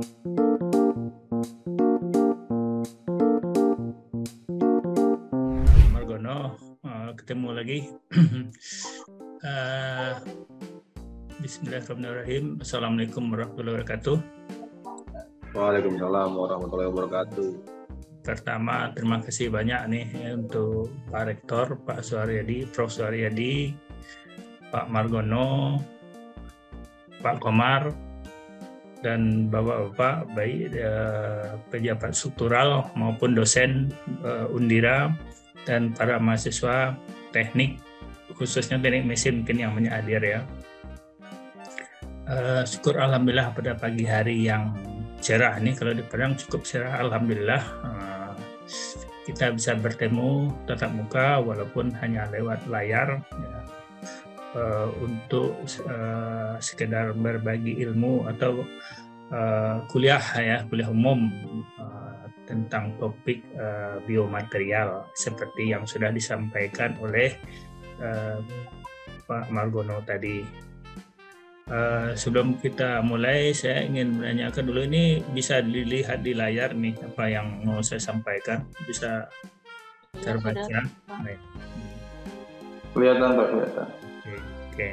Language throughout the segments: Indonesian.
Margono, ketemu lagi. Bismillahirrahmanirrahim. Assalamualaikum warahmatullahi wabarakatuh. Waalaikumsalam warahmatullahi wabarakatuh. Pertama, terima kasih banyak nih untuk Pak Rektor, Pak Suharyadi, Prof. Suharyadi, Pak Margono, Pak Komar, dan Bapak-Bapak, baik pejabat struktural maupun dosen Undira, dan para mahasiswa teknik, khususnya teknik mesin mungkin yang banyak hadir ya. Syukur alhamdulillah pada pagi hari yang cerah nih, kalau di Padang cukup cerah alhamdulillah. Kita bisa bertemu tatap muka walaupun hanya lewat layar ya, untuk sekedar berbagi ilmu atau kuliah umum tentang topik biomaterial seperti yang sudah disampaikan oleh Pak Margono tadi. Sebelum kita mulai, saya ingin menanyakan dulu, ini bisa dilihat di layar nih apa yang mau saya sampaikan, bisa terbaca? Kelihatan Pak, kelihatan. Oke.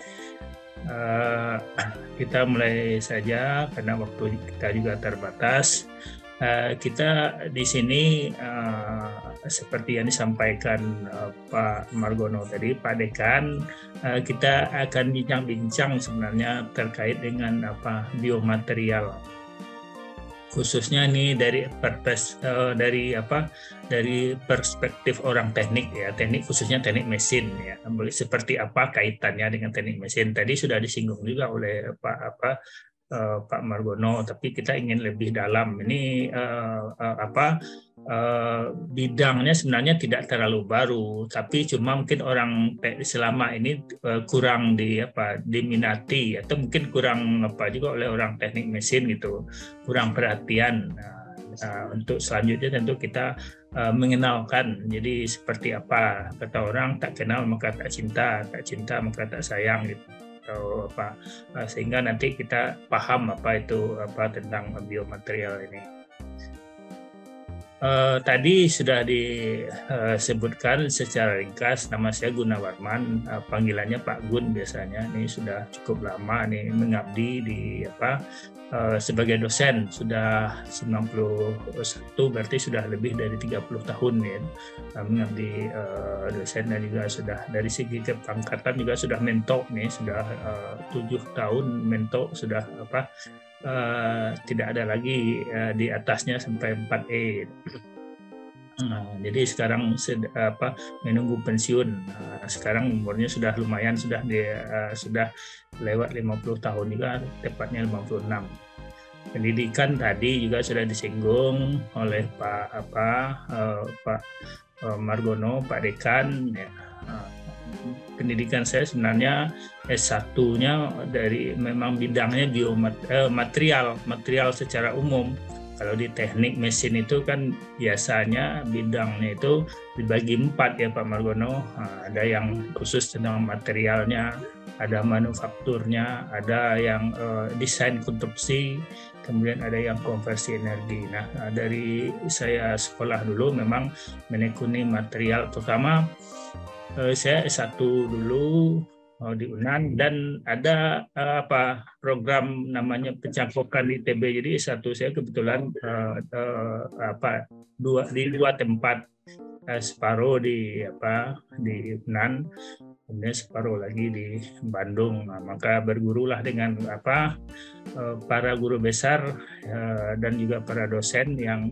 Kita mulai saja karena waktu kita juga terbatas. Kita di sini seperti yang disampaikan Pak Margono tadi, Pak Dekan, kita akan bincang-bincang sebenarnya terkait dengan biomaterial, khususnya ini dari perspektif orang teknik ya, teknik khususnya teknik mesin ya. Seperti apa kaitannya dengan teknik mesin? Tadi sudah disinggung juga oleh Pak Margono, tapi kita ingin lebih dalam. Ini bidangnya sebenarnya tidak terlalu baru, tapi cuma mungkin orang selama ini kurang diminati, atau mungkin kurang juga oleh orang teknik mesin gitu, kurang perhatian. Untuk selanjutnya tentu kita mengenalkan, jadi seperti apa kata orang, tak kenal maka tak cinta maka tak sayang gitu. Atau sehingga nanti kita paham tentang biomaterial ini. Tadi sudah disebutkan secara ringkas, nama saya Gunawarman, panggilannya Pak Gun biasanya. Ini sudah cukup lama nih mengabdi di sebagai dosen, sudah 91, berarti sudah lebih dari 30 tahun ya mengabdi dosen, dan juga sudah dari segi kepangkatan juga sudah mentok nih, sudah 7 tahun mentok, sudah tidak ada lagi di atasnya sampai 4E. Jadi sekarang menunggu pensiun. Sekarang umurnya sudah lumayan, sudah lewat 50 tahun juga, tepatnya 56. Pendidikan tadi juga sudah disinggung oleh Pak Margono, Pak Dekan ya. Pendidikan saya sebenarnya S1-nya dari memang bidangnya material secara umum. Kalau di teknik mesin itu kan biasanya bidangnya itu dibagi 4 ya Pak Margono. Ada yang khusus tentang materialnya, ada manufakturnya, ada yang desain konstruksi, kemudian ada yang konversi energi. Nah, dari saya sekolah dulu memang menekuni material, terutama saya S1 dulu di UNAN, dan ada program namanya pencangkokan ITB. Jadi S1 saya kebetulan di dua tempat, separuh di UNAN, kemudian separuh lagi di Bandung. Nah, maka bergurulah dengan para guru besar dan juga para dosen yang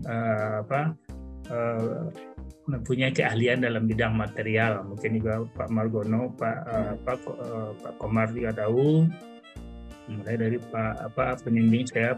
mempunyai keahlian dalam bidang material. Mungkin juga Pak Margono, Pak Komar juga tahu, mulai dari penbimbing saya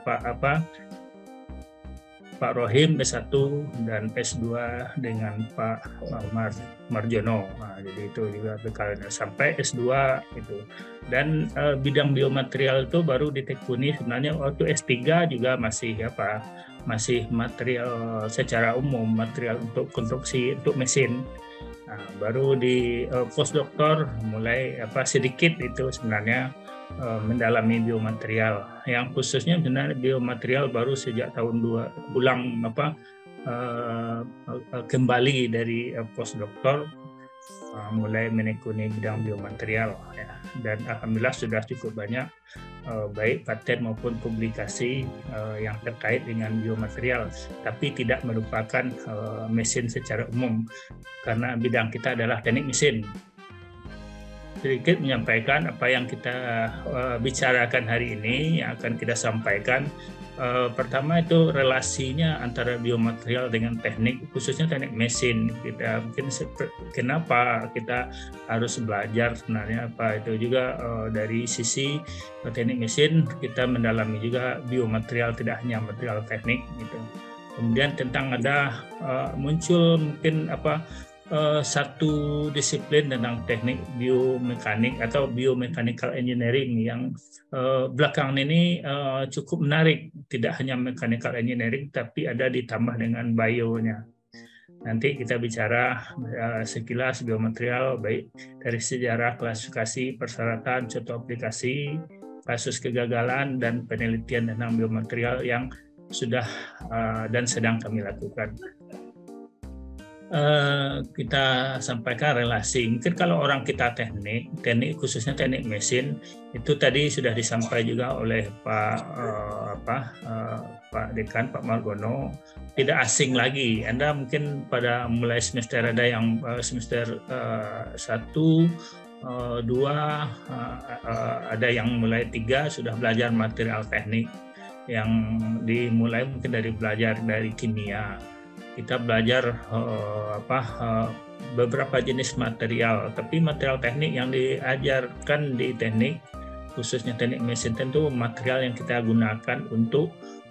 Pak Rohim S1 dan S2 dengan Pak Marjono. Nah, jadi itu juga bekalnya sampai S2 itu. Dan bidang biomaterial itu baru ditekuni sebenarnya waktu S3 juga masih material secara umum, material untuk konstruksi, untuk mesin. Nah, baru di postdoktor mulai sedikit itu sebenarnya mendalami biomaterial. Yang khususnya benar biomaterial baru sejak tahun kembali dari postdoktor, mulai menekuni bidang biomaterial ya. Dan alhamdulillah sudah cukup banyak baik paten maupun publikasi yang terkait dengan biomaterial, tapi tidak merupakan mesin secara umum karena bidang kita adalah teknik mesin. Sedikit menyampaikan apa yang kita bicarakan hari ini yang akan kita sampaikan. Pertama itu relasinya antara biomaterial dengan teknik, khususnya teknik mesin. Kita mungkin kenapa kita harus belajar sebenarnya apa itu juga dari sisi teknik mesin kita mendalami juga biomaterial, tidak hanya material teknik gitu. Kemudian tentang ada muncul mungkin satu disiplin tentang teknik biomekanik atau biomechanical engineering yang belakangan ini cukup menarik, tidak hanya mechanical engineering tapi ada ditambah dengan bio-nya. Nanti kita bicara sekilas biomaterial baik dari sejarah, klasifikasi, persyaratan, contoh aplikasi, kasus kegagalan dan penelitian tentang biomaterial yang sudah dan sedang kami lakukan. Kita sampaikan relasi. Mungkin kalau orang kita teknik khususnya teknik mesin itu tadi sudah disampaikan juga oleh Pak Dekan, Pak Margono, tidak asing lagi. Anda mungkin pada mulai semester ada yang semester 1, 2, ada yang mulai 3 sudah belajar material teknik yang dimulai mungkin dari belajar dari kimia. Kita belajar beberapa jenis material, tapi material teknik yang diajarkan di teknik, khususnya teknik mesin, tentu material yang kita gunakan untuk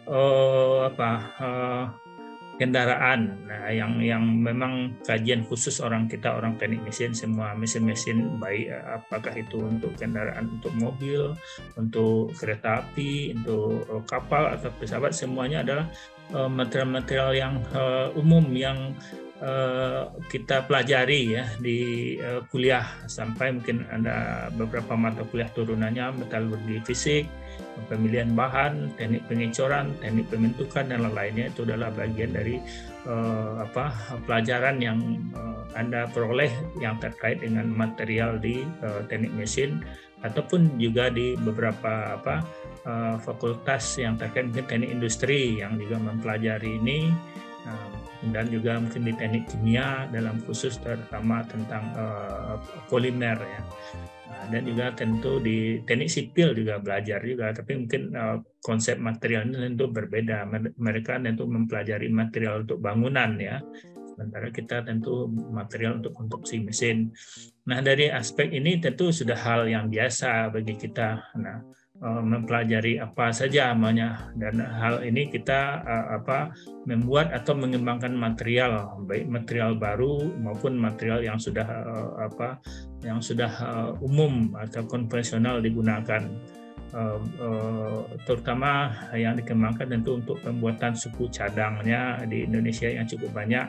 kendaraan. Nah, yang memang kajian khusus orang teknik mesin, semua mesin-mesin baik apakah itu untuk kendaraan, untuk mobil, untuk kereta api, untuk kapal atau pesawat, semuanya adalah material-material yang umum yang kita pelajari ya di kuliah, sampai mungkin ada beberapa mata kuliah turunannya metalurgi fisik, pemilihan bahan, teknik pengecoran, teknik pembentukan dan lain-lainnya. Itu adalah bagian dari pelajaran yang Anda peroleh yang terkait dengan material di teknik mesin, ataupun juga di beberapa fakultas yang terkait dengan teknik industri yang juga mempelajari ini, dan juga mungkin di teknik kimia dalam khusus terutama tentang polimer ya. Dan juga tentu di teknik sipil juga belajar juga, tapi mungkin konsep material ini tentu berbeda. Mereka tentu mempelajari material untuk bangunan ya, sementara kita tentu material untuk konstruksi mesin. Nah, dari aspek ini tentu sudah hal yang biasa bagi kita. Nah, mempelajari apa saja namanya, dan hal ini kita membuat atau mengembangkan material, baik material baru maupun material yang sudah umum atau konvensional digunakan, terutama yang dikembangkan tentu untuk pembuatan suku cadangnya di Indonesia yang cukup banyak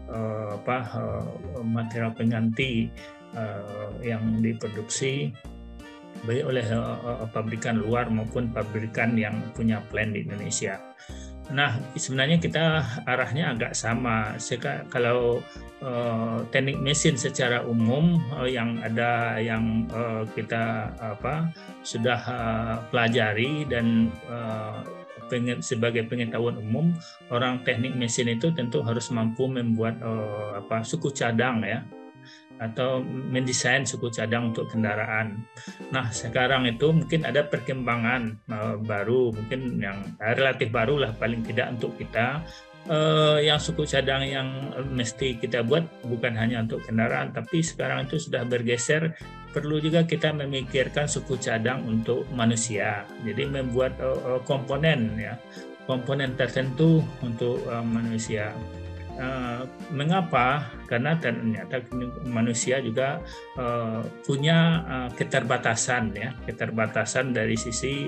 material pengganti yang diproduksi baik oleh pabrikan luar maupun pabrikan yang punya plant di Indonesia. Nah, sebenarnya kita arahnya agak sama. Kalau teknik mesin secara umum yang ada yang kita sudah pelajari dan sebagai pengetahuan umum, orang teknik mesin itu tentu harus mampu membuat suku cadang ya, atau mendesain suku cadang untuk kendaraan. Nah, sekarang itu mungkin ada perkembangan baru, mungkin yang relatif baru lah paling tidak untuk kita, yang suku cadang yang mesti kita buat bukan hanya untuk kendaraan, tapi sekarang itu sudah bergeser, perlu juga kita memikirkan suku cadang untuk manusia. Jadi membuat komponen tertentu untuk manusia. Mengapa? Karena ternyata manusia juga punya keterbatasan ya, keterbatasan dari sisi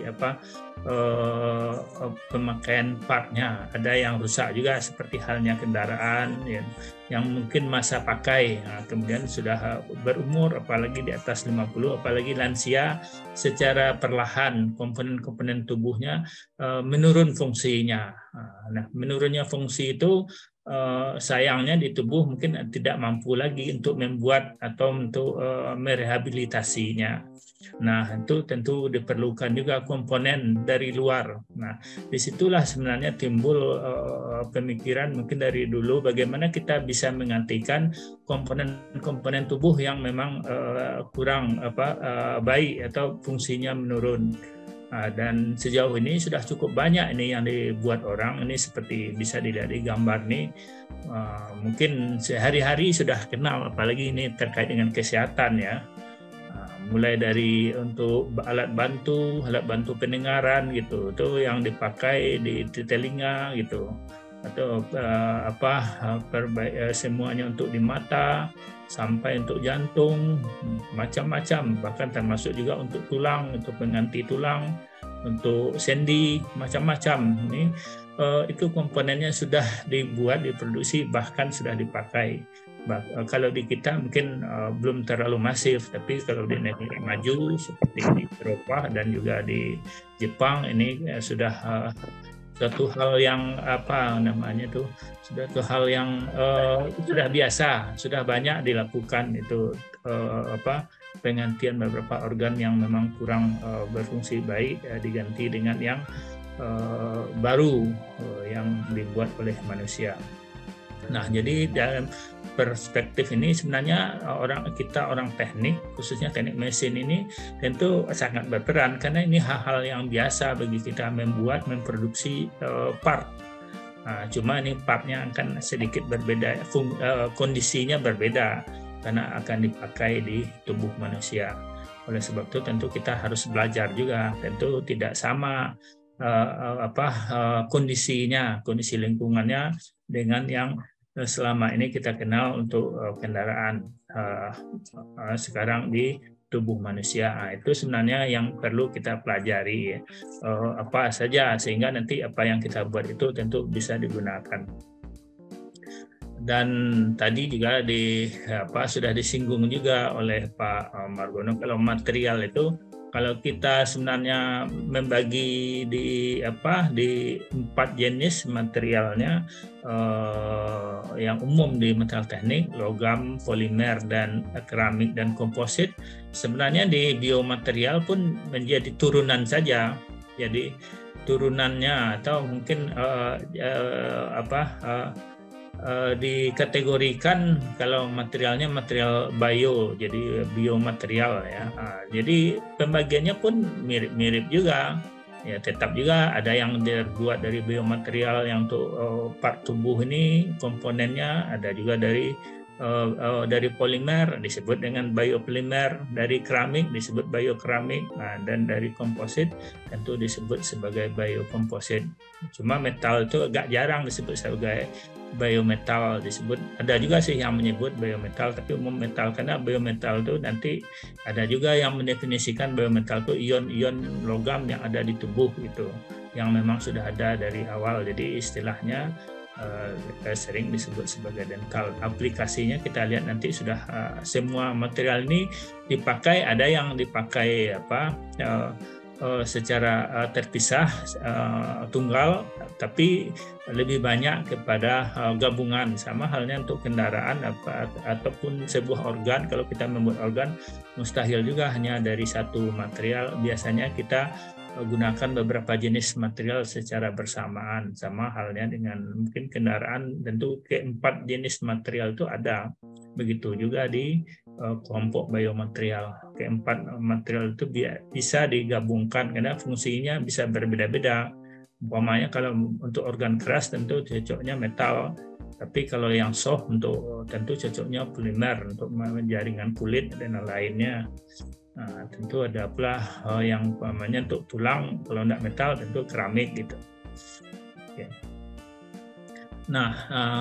pemakaian partnya. Ada yang rusak juga seperti halnya kendaraan ya, yang mungkin masa pakai kemudian sudah berumur, apalagi di atas 50, apalagi lansia, secara perlahan komponen-komponen tubuhnya menurun fungsinya. Nah, menurunnya fungsi itu sayangnya di tubuh mungkin tidak mampu lagi untuk membuat atau untuk merehabilitasinya. Nah, itu tentu diperlukan juga komponen dari luar. Nah, disitulah sebenarnya timbul pemikiran mungkin dari dulu bagaimana kita bisa menggantikan komponen-komponen tubuh yang memang kurang baik atau fungsinya menurun. Dan sejauh ini sudah cukup banyak ini yang dibuat orang. Ini seperti bisa dilihat di gambar nih, mungkin sehari-hari sudah kenal, apalagi ini terkait dengan kesehatan ya. Mulai dari untuk alat bantu pendengaran gitu, itu yang dipakai di telinga gitu, atau semuanya untuk di mata, sampai untuk jantung, macam-macam, bahkan termasuk juga untuk tulang, untuk pengganti tulang, untuk sendi, macam-macam. Ini itu komponennya sudah dibuat, diproduksi, bahkan sudah dipakai. Kalau di kita mungkin belum terlalu masif, tapi kalau di negara maju seperti di Eropa dan juga di Jepang ini sudah suatu hal yang suatu hal yang sudah biasa, sudah banyak dilakukan itu penggantian beberapa organ yang memang kurang berfungsi baik diganti dengan yang baru yang dibuat oleh manusia. Nah, jadi dalam perspektif ini sebenarnya orang teknik, khususnya teknik mesin ini tentu sangat berperan, karena ini hal-hal yang biasa bagi kita memproduksi part. Nah, cuma ini partnya akan sedikit berbeda, kondisinya berbeda karena akan dipakai di tubuh manusia. Oleh sebab itu tentu kita harus belajar juga, tentu tidak sama kondisi lingkungannya dengan yang selama ini kita kenal untuk kendaraan sekarang di tubuh manusia. Nah, itu sebenarnya yang perlu kita pelajari apa saja, sehingga nanti apa yang kita buat itu tentu bisa digunakan. Dan tadi juga sudah disinggung juga oleh Pak Margono, kalau material itu, kalau kita sebenarnya membagi di 4 jenis materialnya yang umum di metal teknik, logam, polimer, dan keramik dan komposit, sebenarnya di biomaterial pun menjadi turunan saja. Jadi turunannya atau mungkin dikategorikan kalau materialnya material bio, jadi biomaterial ya. Jadi pembagiannya pun mirip-mirip juga. Ya, tetap juga ada yang dibuat dari biomaterial yang untuk part tubuh ini komponennya, ada juga dari polimer disebut dengan biopolimer, dari keramik disebut biokeramik, dan dari komposit tentu disebut sebagai biokomposit. Cuma metal itu agak jarang disebut sebagai biometal, disebut ada juga sih yang menyebut biometal, tapi umum metal, karena biometal itu nanti ada juga yang mendefinisikan biometal itu ion-ion logam yang ada di tubuh itu, yang memang sudah ada dari awal. Jadi istilahnya sering disebut sebagai dental. Aplikasinya kita lihat nanti sudah semua material ini dipakai, ada yang dipakai secara terpisah tunggal, tapi lebih banyak kepada gabungan. Sama halnya untuk kendaraan ataupun sebuah organ. Kalau kita membuat organ, mustahil juga hanya dari satu material. Biasanya kita gunakan beberapa jenis material secara bersamaan. Sama halnya dengan mungkin kendaraan, tentu keempat jenis material itu ada. Begitu juga di kelompok biomaterial. Keempat material itu bisa digabungkan karena fungsinya bisa berbeda-beda. Umpamanya kalau untuk organ keras tentu cocoknya metal, tapi kalau yang soft untuk tentu cocoknya polimer untuk jaringan kulit dan lainnya. Nah, tentu ada pula yang umpamanya untuk tulang, kalau tidak metal tentu keramik gitu. Oke. Nah,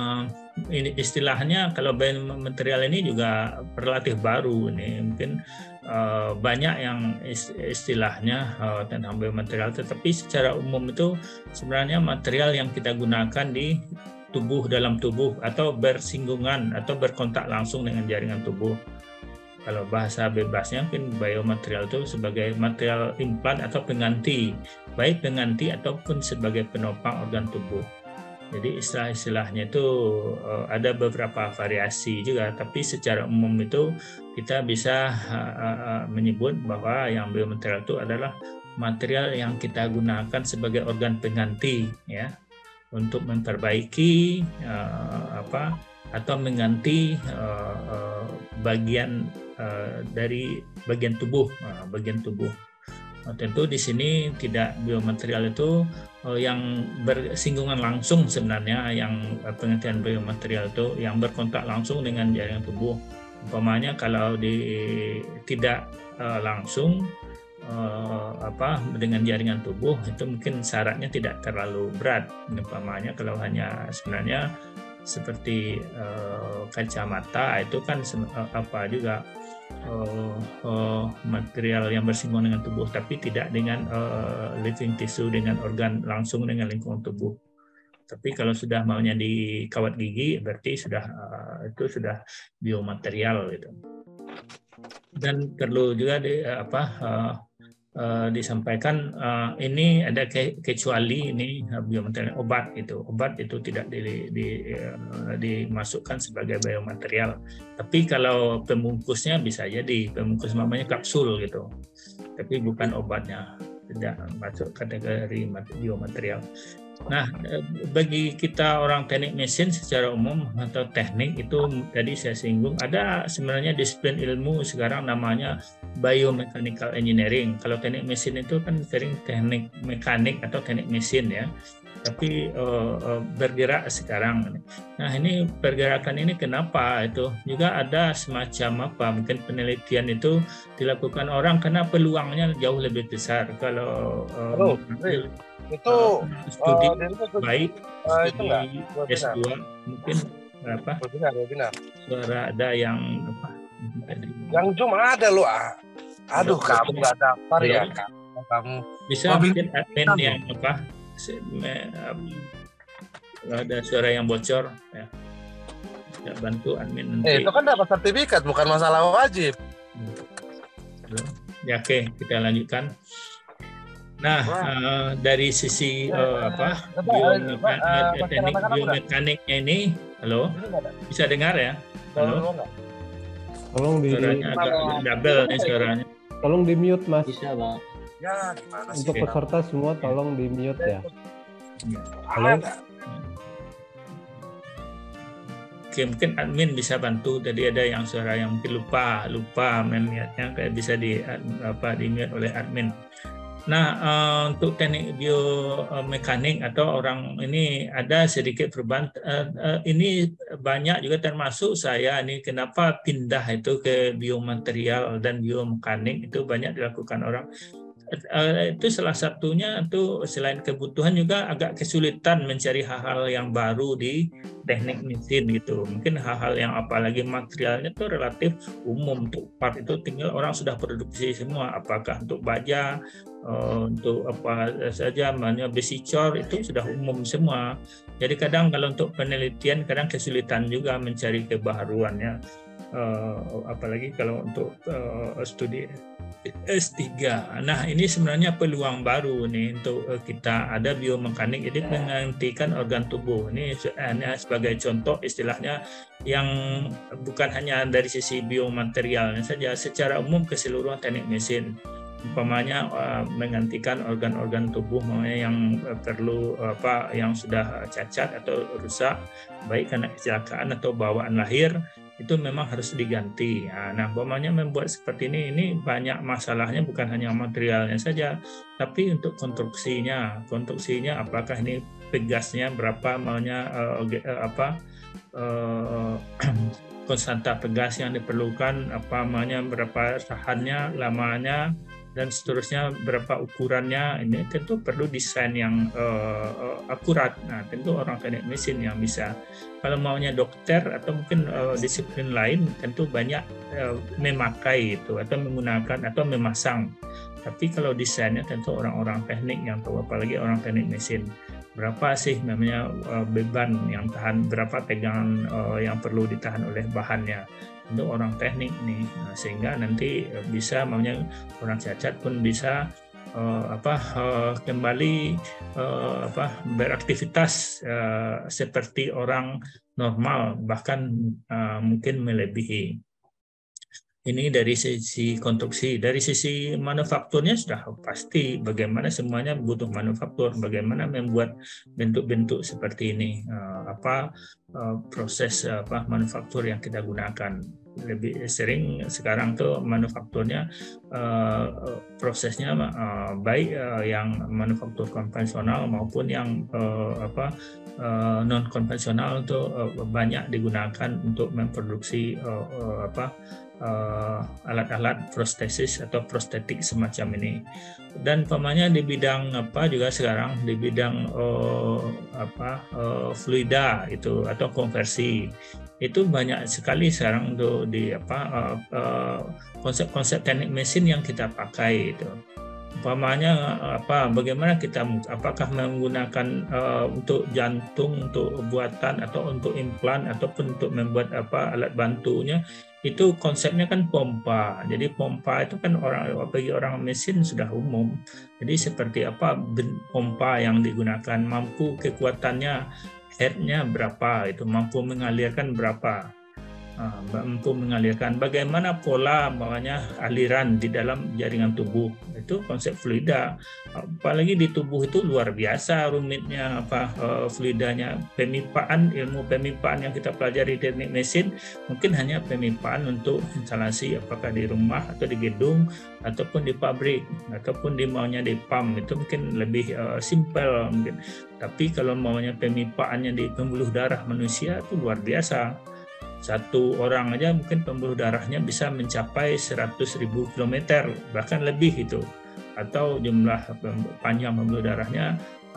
ini istilahnya kalau biomaterial ini juga relatif baru ini, mungkin banyak yang istilahnya tentang biomaterial, tetapi secara umum itu sebenarnya material yang kita gunakan di dalam tubuh atau bersinggungan atau berkontak langsung dengan jaringan tubuh. Kalau bahasa bebasnya mungkin biomaterial itu sebagai material implan atau pengganti, baik pengganti ataupun sebagai penopang organ tubuh. Jadi istilah-istilahnya itu ada beberapa variasi juga, tapi secara umum itu kita bisa menyebut bahwa yang biomaterial itu adalah material yang kita gunakan sebagai organ pengganti, ya, untuk memperbaiki atau mengganti bagian dari bagian tubuh. Tentu di sini tidak biomaterial itu yang bersinggungan langsung sebenarnya, yang pengertian biomaterial itu yang berkontak langsung dengan jaringan tubuh. Umpamanya kalau tidak langsung dengan jaringan tubuh itu mungkin syaratnya tidak terlalu berat. Umpamanya kalau hanya sebenarnya seperti kacamata itu kan juga material yang bersinggungan dengan tubuh, tapi tidak dengan living tissue, dengan organ langsung dengan lingkungan tubuh. Tapi kalau sudah maunya di kawat gigi, berarti itu sudah biomaterial gitu. Dan perlu juga disampaikan ini ada kecuali ini biomaterial obat itu tidak dimasukkan sebagai biomaterial, tapi kalau pembungkusnya bisa jadi pembungkus namanya kapsul gitu, tapi bukan obatnya, tidak masuk kategori biomaterial. Nah, bagi kita orang teknik mesin secara umum atau teknik itu tadi saya singgung, ada sebenarnya disiplin ilmu sekarang namanya biomechanical engineering. Kalau teknik mesin itu kan sering teknik mekanik atau teknik mesin ya, tapi bergerak sekarang. Nah, ini pergerakan ini kenapa itu juga ada semacam mungkin penelitian itu dilakukan orang karena peluangnya jauh lebih besar kalau itu studi baik itu enggak S2 mungkin webinar. Suara ada yang yang Zoom ada loh. Aduh, kamu nggak daftar ya kamu. Bisa mungkin admin yang ada suara yang bocor ya. Ya, bantu admin nanti. Itu kan dapat sertifikat, bukan masalah wajib. Ya, oke, kita lanjutkan. Nah, dari sisi biomekaniknya ini, halo, bisa dengar ya? Halo, tolong suaranya agak double nih suaranya. Tolong di mute, Mas. Bisa, Bang. Ya, gimana sih? Untuk peserta semua tolong di mute ya. Halo. Oke, mungkin admin bisa bantu. Tadi ada yang suara yang mungkin lupa mute-nya, kayak bisa di mute oleh admin. Nah, untuk teknik biomekanik atau orang ini ada sedikit perubahan. Ini banyak juga termasuk saya ini kenapa pindah itu ke biomaterial dan biomekanik itu banyak dilakukan orang. Itu salah satunya itu selain kebutuhan juga agak kesulitan mencari hal-hal yang baru di teknik mesin gitu. Mungkin hal-hal yang apalagi materialnya itu relatif umum, untuk part itu tinggal orang sudah produksi semua, apakah untuk baja, untuk apa saja, namanya besi cor itu sudah umum semua. Jadi kadang kalau untuk penelitian kadang kesulitan juga mencari kebaharuannya, apalagi kalau untuk studi S3. Nah, ini sebenarnya peluang baru nih untuk kita, ada biomekanik jadi menggantikan organ tubuh. Ini sebagai contoh istilahnya yang bukan hanya dari sisi biomaterialnya saja, secara umum keseluruhan teknik mesin. Umpamanya menggantikan organ-organ tubuh yang perlu yang sudah cacat atau rusak, baik karena kecelakaan atau bawaan lahir, itu memang harus diganti. Nah, umpamanya membuat seperti ini banyak masalahnya, bukan hanya materialnya saja, tapi untuk konstruksinya apakah ini pegasnya berapa, konstanta pegas yang diperlukan, berapa sahannya, lamanya, dan seterusnya berapa ukurannya, ini tentu perlu desain yang akurat. Nah, tentu orang teknik mesin yang bisa. Kalau maunya dokter atau mungkin disiplin lain, tentu banyak memakai itu atau menggunakan atau memasang. Tapi kalau desainnya tentu orang-orang teknik yang tahu, apalagi orang teknik mesin. Berapa sih namanya beban yang tahan, berapa tegangan yang perlu ditahan oleh bahannya. Untuk orang teknik nih, nah, sehingga nanti bisa namanya orang cacat pun bisa kembali beraktivitas seperti orang normal, bahkan mungkin melebihi. Ini dari sisi konstruksi. Dari sisi manufakturnya sudah pasti bagaimana semuanya butuh manufaktur, bagaimana membuat bentuk-bentuk seperti ini, proses manufaktur yang kita gunakan. Lebih sering sekarang tuh manufakturnya prosesnya baik yang manufaktur konvensional maupun yang non konvensional itu banyak digunakan untuk memproduksi alat-alat prostesis atau prostetik semacam ini. Dan pemanya di bidang juga sekarang di bidang fluida itu atau konversi itu banyak sekali sekarang untuk di konsep-konsep teknik mesin yang kita pakai itu. Umpamanya bagaimana kita apakah menggunakan untuk jantung, untuk buatan atau untuk implan ataupun untuk membuat alat bantunya, itu konsepnya kan pompa. Jadi pompa itu kan bagi orang mesin sudah umum. Jadi seperti pompa yang digunakan, mampu kekuatannya, headnya berapa, itu mampu mengalirkan berapa, mampu mengalirkan bagaimana pola aliran di dalam jaringan tubuh, itu konsep fluida. Apalagi di tubuh itu luar biasa rumitnya fluidanya. Ilmu pemipaan yang kita pelajari teknik mesin mungkin hanya pemipaan untuk instalasi apakah di rumah atau di gedung ataupun di pabrik ataupun di pump, itu mungkin lebih simpel mungkin. Tapi kalau maunya pemipaannya di pembuluh darah manusia itu luar biasa. Satu orang aja mungkin pembuluh darahnya bisa mencapai 100.000 km, bahkan lebih itu. Atau jumlah panjang pembuluh darahnya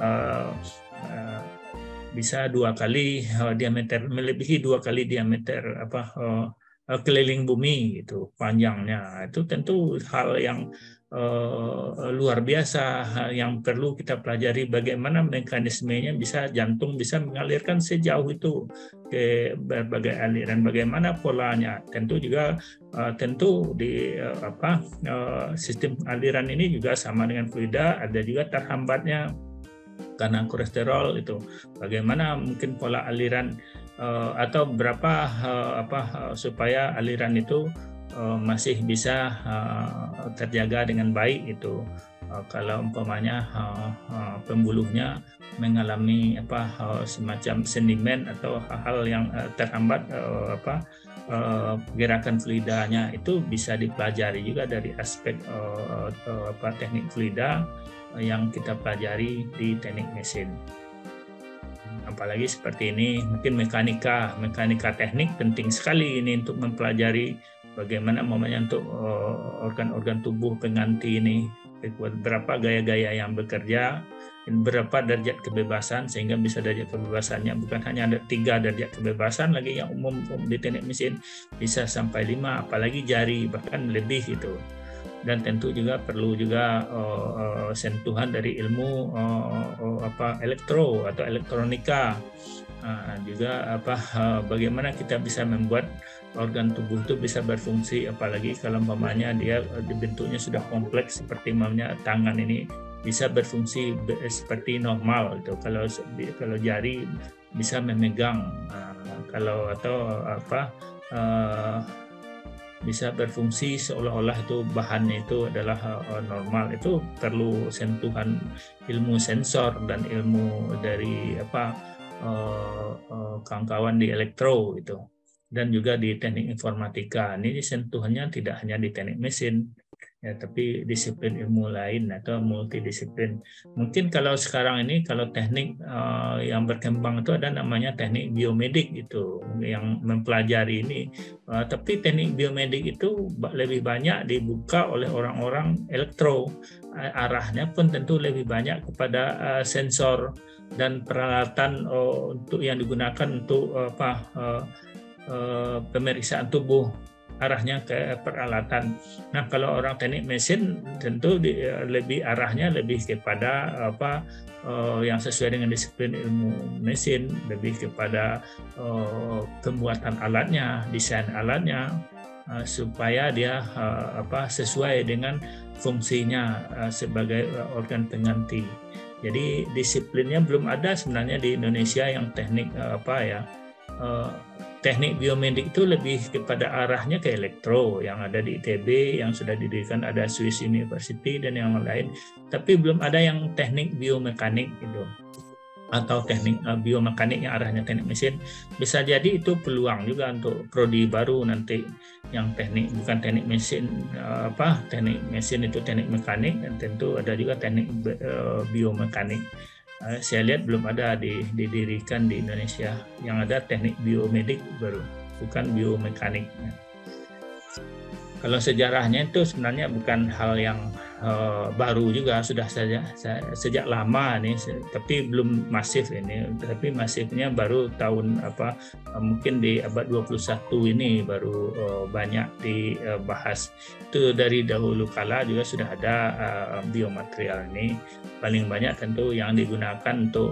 bisa 2 kali diameter, melebihi 2 kali diameter keliling bumi itu panjangnya. Itu tentu hal yang luar biasa yang perlu kita pelajari, bagaimana mekanismenya bisa jantung bisa mengalirkan sejauh itu ke berbagai aliran, bagaimana polanya. Tentu juga di sistem aliran ini juga sama dengan fluida, ada juga terhambatnya karena kolesterol itu. Bagaimana mungkin pola aliran atau berapa supaya aliran itu masih bisa terjaga dengan baik itu. Kalau umpamanya pembuluhnya mengalami semacam sedimen atau hal yang terhambat gerakan fluidanya, itu bisa dipelajari juga dari aspek teknik fluida yang kita pelajari di teknik mesin. Apalagi seperti ini, mungkin mekanika teknik penting sekali ini untuk mempelajari bagaimana untuk organ-organ tubuh pengganti ini, berapa gaya-gaya yang bekerja, berapa derajat kebebasan, sehingga bisa derajat kebebasannya bukan hanya ada 3 derajat kebebasan lagi yang umum di teknik mesin, bisa sampai 5, apalagi jari bahkan lebih itu. Dan tentu juga perlu juga sentuhan dari ilmu elektro atau elektronika, juga bagaimana kita bisa membuat organ tubuh itu bisa berfungsi, apalagi kalau umpamanya dia bentuknya sudah kompleks seperti tangan ini bisa berfungsi seperti normal itu. Kalau jari bisa memegang, bisa berfungsi seolah-olah itu bahannya itu adalah normal. Itu perlu sentuhan ilmu sensor dan ilmu dari kawan-kawan di elektro itu, dan juga di teknik informatika. Ini sentuhannya tidak hanya di teknik mesin, ya, tapi disiplin ilmu lain atau multidisiplin. Mungkin kalau sekarang ini kalau teknik yang berkembang itu ada namanya teknik biomedik itu yang mempelajari ini. Tapi teknik biomedik itu lebih banyak dibuka oleh orang-orang elektro. Arahnya pun tentu lebih banyak kepada sensor dan peralatan untuk yang digunakan untuk pemeriksaan tubuh, arahnya ke peralatan. Nah, kalau orang teknik mesin tentu lebih arahnya lebih kepada yang sesuai dengan disiplin ilmu mesin, lebih kepada pembuatan alatnya, desain alatnya, supaya dia sesuai dengan fungsinya sebagai organ pengganti. Jadi disiplinnya belum ada sebenarnya di Indonesia yang teknik teknik biomedik itu lebih kepada arahnya ke elektro yang ada di ITB, yang sudah didirikan ada Swiss University dan yang lain, tapi belum ada yang teknik biomekanik itu atau teknik biomekanik yang arahnya teknik mesin. Bisa jadi itu peluang juga untuk prodi baru nanti yang teknik bukan teknik mesin, teknik mesin itu teknik mekanik, dan tentu ada juga teknik biomekanik. Saya lihat belum ada didirikan di Indonesia. Yang ada teknik biomedik baru, bukan biomekanik. Kalau sejarahnya itu sebenarnya bukan hal yang baru juga, sudah sejak lama nih, tapi belum masif ini. Tapi masifnya baru tahun mungkin di abad 21 ini baru banyak dibahas. Itu dari dahulu kala juga sudah ada biomaterial ini. Paling banyak tentu yang digunakan untuk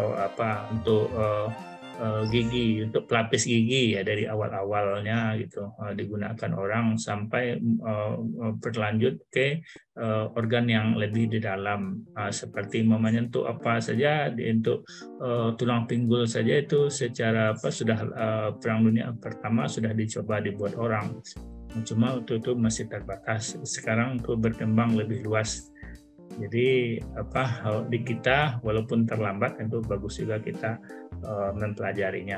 gigi, untuk pelapis gigi ya, dari awal-awalnya gitu digunakan orang sampai berlanjut ke organ yang lebih di dalam, seperti untuk apa saja, untuk tulang pinggul saja itu secara sudah Perang Dunia Pertama sudah dicoba dibuat orang, cuma itu masih terbatas. Sekarang itu berkembang lebih luas. Jadi di kita walaupun terlambat tentu bagus juga kita mempelajarinya.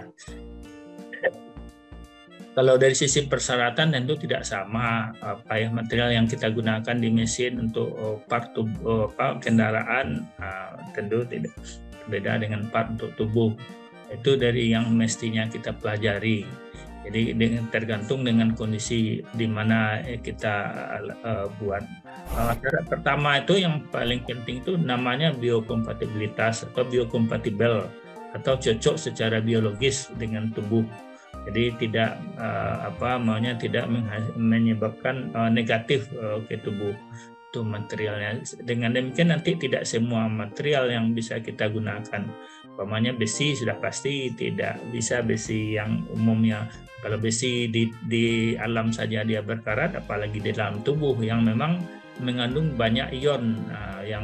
Kalau dari sisi persyaratan tentu tidak sama material yang kita gunakan di mesin untuk part kendaraan, tentu tidak beda dengan part untuk tubuh. Itu dari yang mestinya kita pelajari. Jadi tergantung dengan kondisi di mana kita buat. Syarat pertama itu yang paling penting itu namanya biokompatibilitas atau biokompatibel atau cocok secara biologis dengan tubuh. Jadi tidak tidak menyebabkan negatif ke tubuh itu materialnya. Dengan demikian nanti tidak semua material yang bisa kita gunakan. Umpamanya besi sudah pasti tidak bisa besi yang umumnya. Kalau besi di alam saja dia berkarat, apalagi di dalam tubuh yang memang mengandung banyak ion yang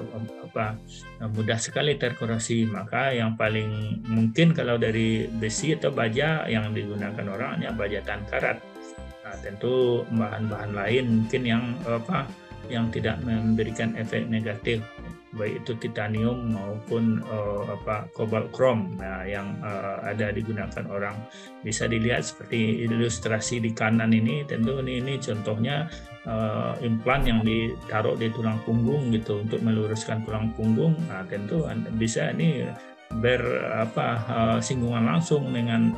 mudah sekali terkorasi. Maka yang paling mungkin kalau dari besi atau baja yang digunakan orang hanya baja tahan karat. Tentu bahan-bahan lain mungkin yang tidak memberikan efek negatif, baik itu titanium maupun kobalt krom yang ada digunakan orang. Bisa dilihat seperti ilustrasi di kanan ini, tentu ini contohnya implan yang ditaruh di tulang punggung gitu untuk meluruskan tulang punggung. Tentu bisa ini bersinggungan langsung dengan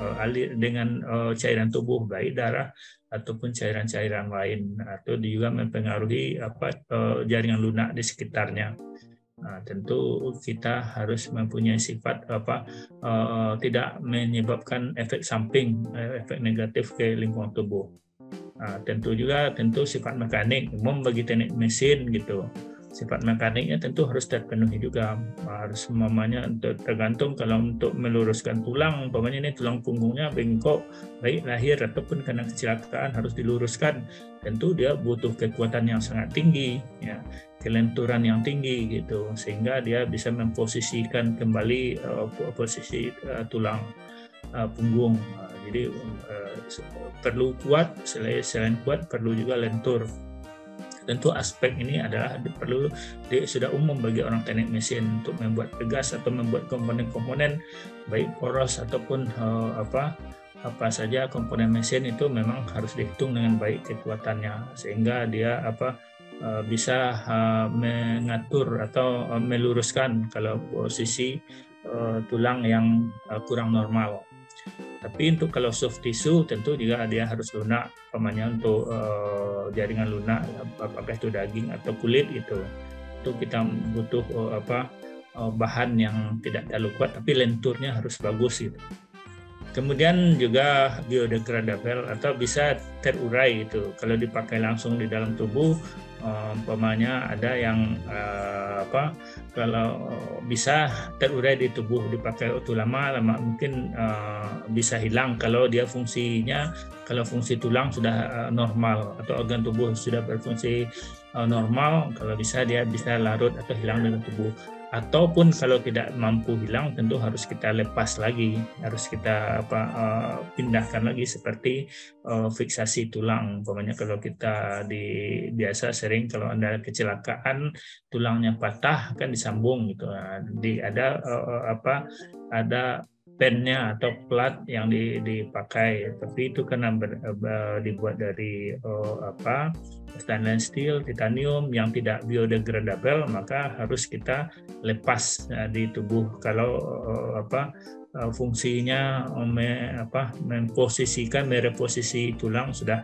cairan tubuh, baik darah ataupun cairan-cairan lain, atau juga mempengaruhi jaringan lunak di sekitarnya. Tentu kita harus mempunyai sifat tidak menyebabkan efek samping, efek negatif ke lingkungan tubuh. Tentu sifat mekanik umum bagi teknik mesin gitu. Sifat mekaniknya tentu harus terpenuhi juga, harus tergantung kalau untuk meluruskan tulang, umpamanya ini tulang punggungnya bengkok, baik lahir ataupun karena kecelakaan harus diluruskan, tentu dia butuh kekuatan yang sangat tinggi, ya, kelenturan yang tinggi gitu, sehingga dia bisa memposisikan kembali posisi tulang punggung. Jadi perlu kuat, selain kuat perlu juga lentur. Tentu aspek ini adalah sudah umum bagi orang teknik mesin untuk membuat pegas atau membuat komponen-komponen baik poros ataupun apa saja komponen mesin itu memang harus dihitung dengan baik kekuatannya, sehingga dia bisa mengatur atau meluruskan kalau posisi tulang yang kurang normal. Tapi untuk kalau soft tissue tentu juga dia harus lunak, umpamanya untuk jaringan lunak, apakah itu daging atau kulit itu kita butuh bahan yang tidak terlalu kuat tapi lenturnya harus bagus gitu. Kemudian juga biodegradable atau bisa terurai itu. Kalau dipakai langsung di dalam tubuh, umpamanya ada yang kalau bisa terurai di tubuh dipakai waktu lama mungkin bisa hilang kalau dia fungsinya, kalau fungsi tulang sudah normal atau organ tubuh sudah berfungsi normal, kalau bisa dia bisa larut atau hilang dari tubuh. Ataupun kalau tidak mampu hilang tentu harus kita lepas lagi, harus kita pindahkan lagi seperti fiksasi tulang. Umpamanya kalau kita biasa sering kalau ada kecelakaan tulangnya patah kan disambung gitu. Ada pennya atau plat yang dipakai, tapi itu karena dibuat dari stainless steel, titanium yang tidak biodegradable, maka harus kita lepas di tubuh kalau fungsinya mereposisi tulang sudah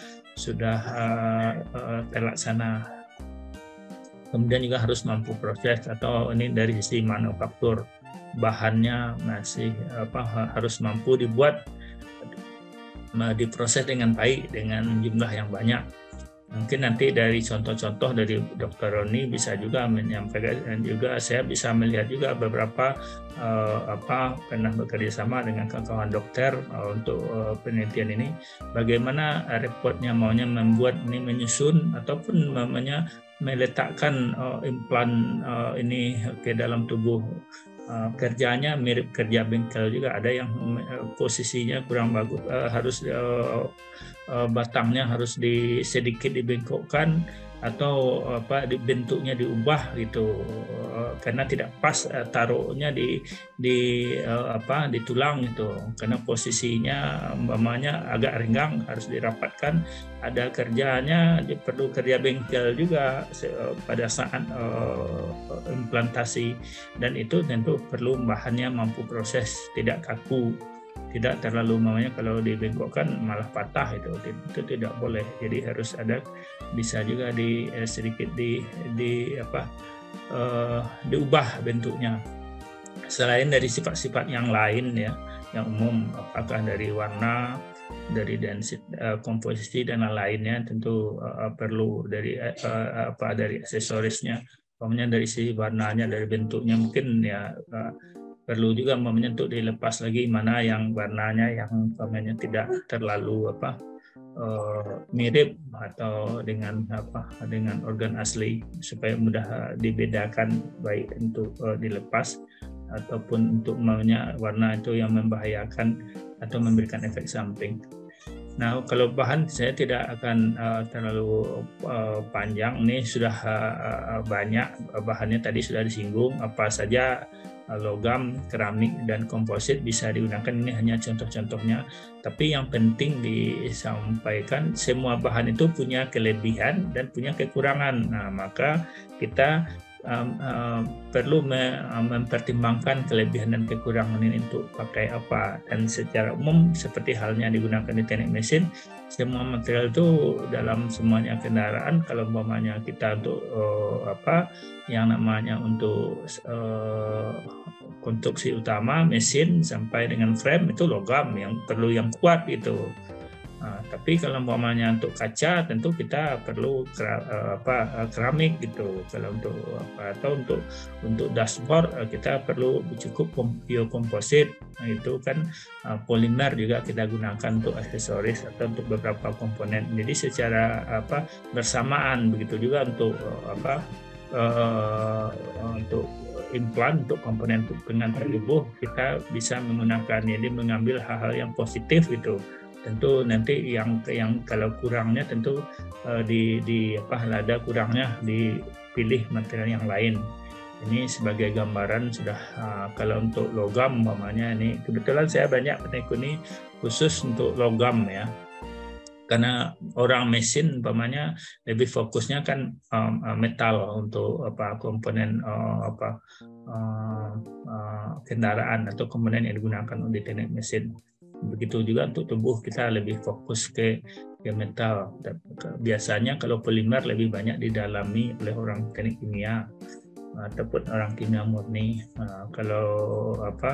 terlaksana. Kemudian juga harus mampu proses, atau ini dari sisi manufaktur, bahannya masih harus mampu diproses dengan baik dengan jumlah yang banyak. Mungkin nanti dari contoh-contoh dari Dr. Roni bisa juga menyampaikan, dan juga saya bisa melihat juga beberapa pernah bekerja sama dengan kawan-kawan dokter untuk penelitian ini, bagaimana repotnya maunya membuat ini menyusun ataupun namanya meletakkan implan ini ke dalam tubuh. Kerjanya mirip kerja bengkel juga, ada yang posisinya kurang bagus, harus batangnya harus sedikit dibengkokkan atau bentuknya diubah gitu, karena tidak pas taruhnya di tulang gitu, karena posisinya umpamanya agak renggang harus dirapatkan. Ada kerjanya perlu kerja bengkel juga pada saat implantasi, dan itu tentu perlu bahannya mampu proses, tidak kaku, tidak terlalu namanya kalau dibengkokkan malah patah, itu tidak boleh. Jadi harus ada, bisa juga sedikit diubah bentuknya. Selain dari sifat-sifat yang lain ya, yang umum, apakah dari warna, dari komposisi dan lainnya, tentu perlu dari aksesorisnya, umpamanya dari sisi warnanya, dari bentuknya mungkin ya perlu juga untuk dilepas lagi mana yang warnanya yang umpamanya tidak terlalu mirip atau dengan organ asli, supaya mudah dibedakan baik untuk dilepas ataupun untuk warna itu yang membahayakan atau memberikan efek samping. Nah, kalau bahan saya tidak akan terlalu panjang. Ini sudah banyak bahannya, tadi sudah disinggung apa saja. Logam, keramik, dan komposit bisa digunakan. Ini hanya contoh-contohnya. Tapi yang penting disampaikan, semua bahan itu punya kelebihan dan punya kekurangan. Nah, maka kita perlu mempertimbangkan kelebihan dan kekurangan ini untuk pakai apa. Dan secara umum seperti halnya digunakan di teknik mesin, semua material itu dalam semuanya kendaraan, kalau umpamanya kita untuk yang namanya untuk konstruksi utama mesin sampai dengan frame itu logam yang perlu yang kuat gitu. Nah, tapi kalau umpamanya untuk kaca tentu kita perlu keramik gitu. Kalau atau untuk dashboard kita perlu cukup biokomposit. Nah, itu kan polimer juga kita gunakan untuk aksesoris atau untuk beberapa komponen. Jadi secara bersamaan, begitu juga untuk untuk implan, untuk komponen pengantar tubuh kita bisa menggunakan, jadi mengambil hal-hal yang positif itu. Tentu nanti yang kalau kurangnya tentu ada kurangnya dipilih material yang lain. Ini sebagai gambaran sudah. Kalau untuk logam umpamanya, ini kebetulan saya banyak penekuni khusus untuk logam ya. karena orang mesin umpamanya lebih fokusnya kan metal untuk komponen kendaraan atau komponen yang digunakan di teknik mesin. Begitu juga untuk tubuh kita lebih fokus ke metal. Biasanya kalau polimer lebih banyak didalami oleh orang teknik kimia ataupun orang kimia murni. Kalau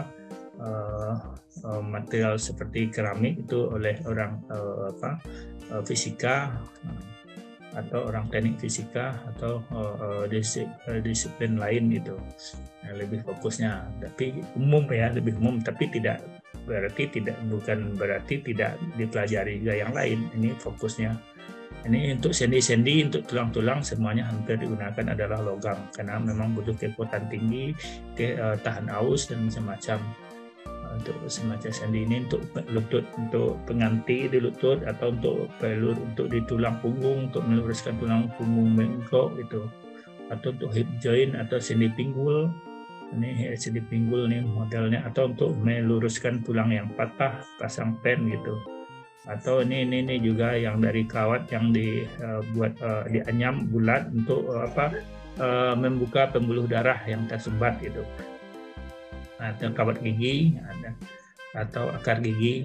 material seperti keramik itu oleh orang fisika atau orang teknik fisika atau disiplin lain gitu. Lebih fokusnya, tapi umum ya, lebih umum, tapi bukan berarti tidak dipelajari juga yang lain. Ini fokusnya. Ini untuk sendi-sendi, untuk tulang-tulang semuanya hampir digunakan adalah logam karena memang butuh kekuatan tinggi, tahan aus dan semacam. Untuk semacam sendi ini untuk lutut, untuk pengganti di lutut atau untuk pelur untuk di tulang punggung, untuk meluruskan tulang punggung bengkok itu, atau untuk hip joint atau sendi pinggul. Ini sendi pinggul nih modelnya, atau untuk meluruskan tulang yang patah, pasang pen gitu. Atau ini juga yang dari kawat yang dibuat dianyam bulat untuk membuka pembuluh darah yang tersumbat gitu. Atau kawat gigi atau akar gigi.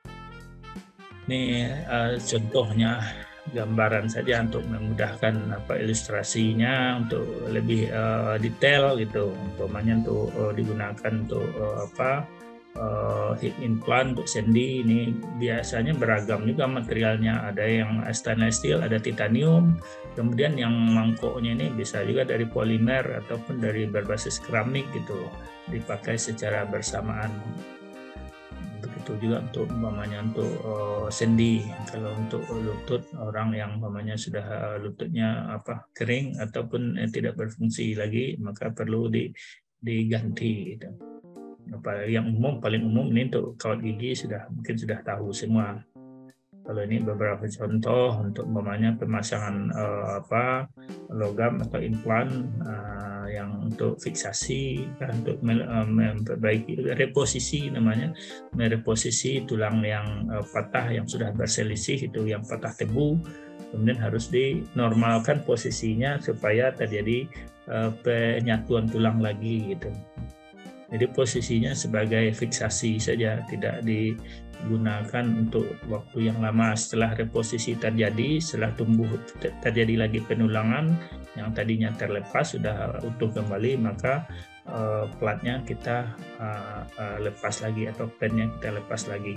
Ini contohnya, gambaran saja untuk memudahkan ilustrasinya untuk lebih detail gitu. Umpamanya untuk digunakan untuk hip implant untuk sendi. Ini biasanya beragam juga materialnya, ada yang stainless steel, ada titanium, kemudian yang mangkoknya ini bisa juga dari polimer ataupun dari berbasis keramik gitu, dipakai secara bersamaan. Begitu juga untuk umpamanya untuk sendi. Kalau untuk lutut, orang yang umpamanya sudah lututnya kering ataupun tidak berfungsi lagi, maka perlu diganti gitu. Yang paling umum ini untuk kawat gigi mungkin sudah tahu semua. Kalau ini beberapa contoh untuk umpamanya pemasangan logam atau implan yang untuk fiksasi, untuk memperbaiki reposisi namanya, mereposisi tulang yang patah yang sudah berselisih itu, yang patah tebu, kemudian harus dinormalkan posisinya supaya terjadi penyatuan tulang lagi gitu. Jadi posisinya sebagai fiksasi saja, tidak digunakan untuk waktu yang lama. Setelah reposisi terjadi, setelah tumbuh terjadi lagi penulangan yang tadinya terlepas sudah utuh kembali, maka platnya kita lepas lagi atau pennya kita lepas lagi.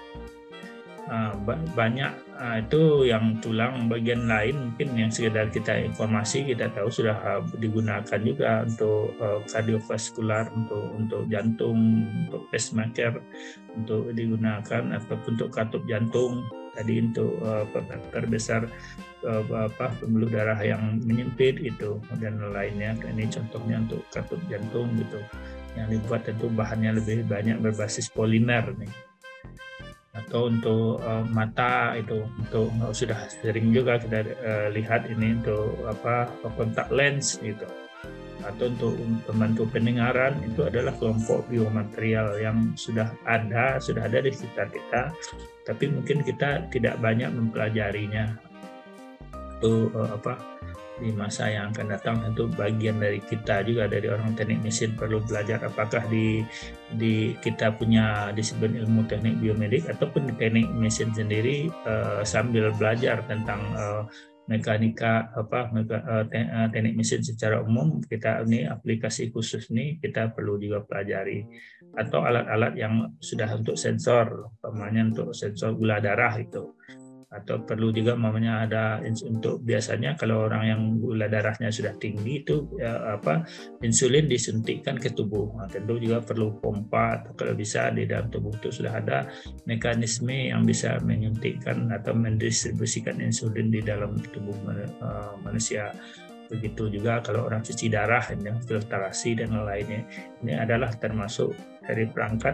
Banyak itu yang tulang bagian lain mungkin yang sekedar kita informasi, kita tahu sudah digunakan juga untuk kardiovaskular, untuk jantung, untuk pacemaker, untuk digunakan ataupun untuk katup jantung tadi, untuk perbesar pembuluh darah yang menyempit itu dan lainnya. Ini contohnya untuk katup jantung gitu, yang dibuat tentu bahannya lebih banyak berbasis polimer nih. Atau untuk mata itu, untuk sudah sering juga kita lihat ini untuk kontak lens gitu. Atau untuk membantu pendengaran, itu adalah kelompok biomaterial yang sudah ada di sekitar kita, tapi mungkin kita tidak banyak mempelajarinya. Itu di masa yang akan datang tentu bagian dari kita juga, dari orang teknik mesin, perlu belajar apakah di kita punya disiplin ilmu teknik biomedik ataupun di teknik mesin sendiri, sambil belajar tentang mekanika teknik mesin secara umum, kita ini aplikasi khusus nih kita perlu juga pelajari. Atau alat-alat yang sudah untuk sensor, umpamanya untuk sensor gula darah itu. Atau perlu juga namanya ada untuk, biasanya kalau orang yang gula darahnya sudah tinggi itu insulin disuntikkan ke tubuh. Nah, tentu juga perlu pompa, atau kalau bisa di dalam tubuh itu sudah ada mekanisme yang bisa menyuntikkan atau mendistribusikan insulin di dalam tubuh manusia. Begitu juga kalau orang cuci darah, filtrasi dan lainnya. Ini adalah termasuk dari perangkat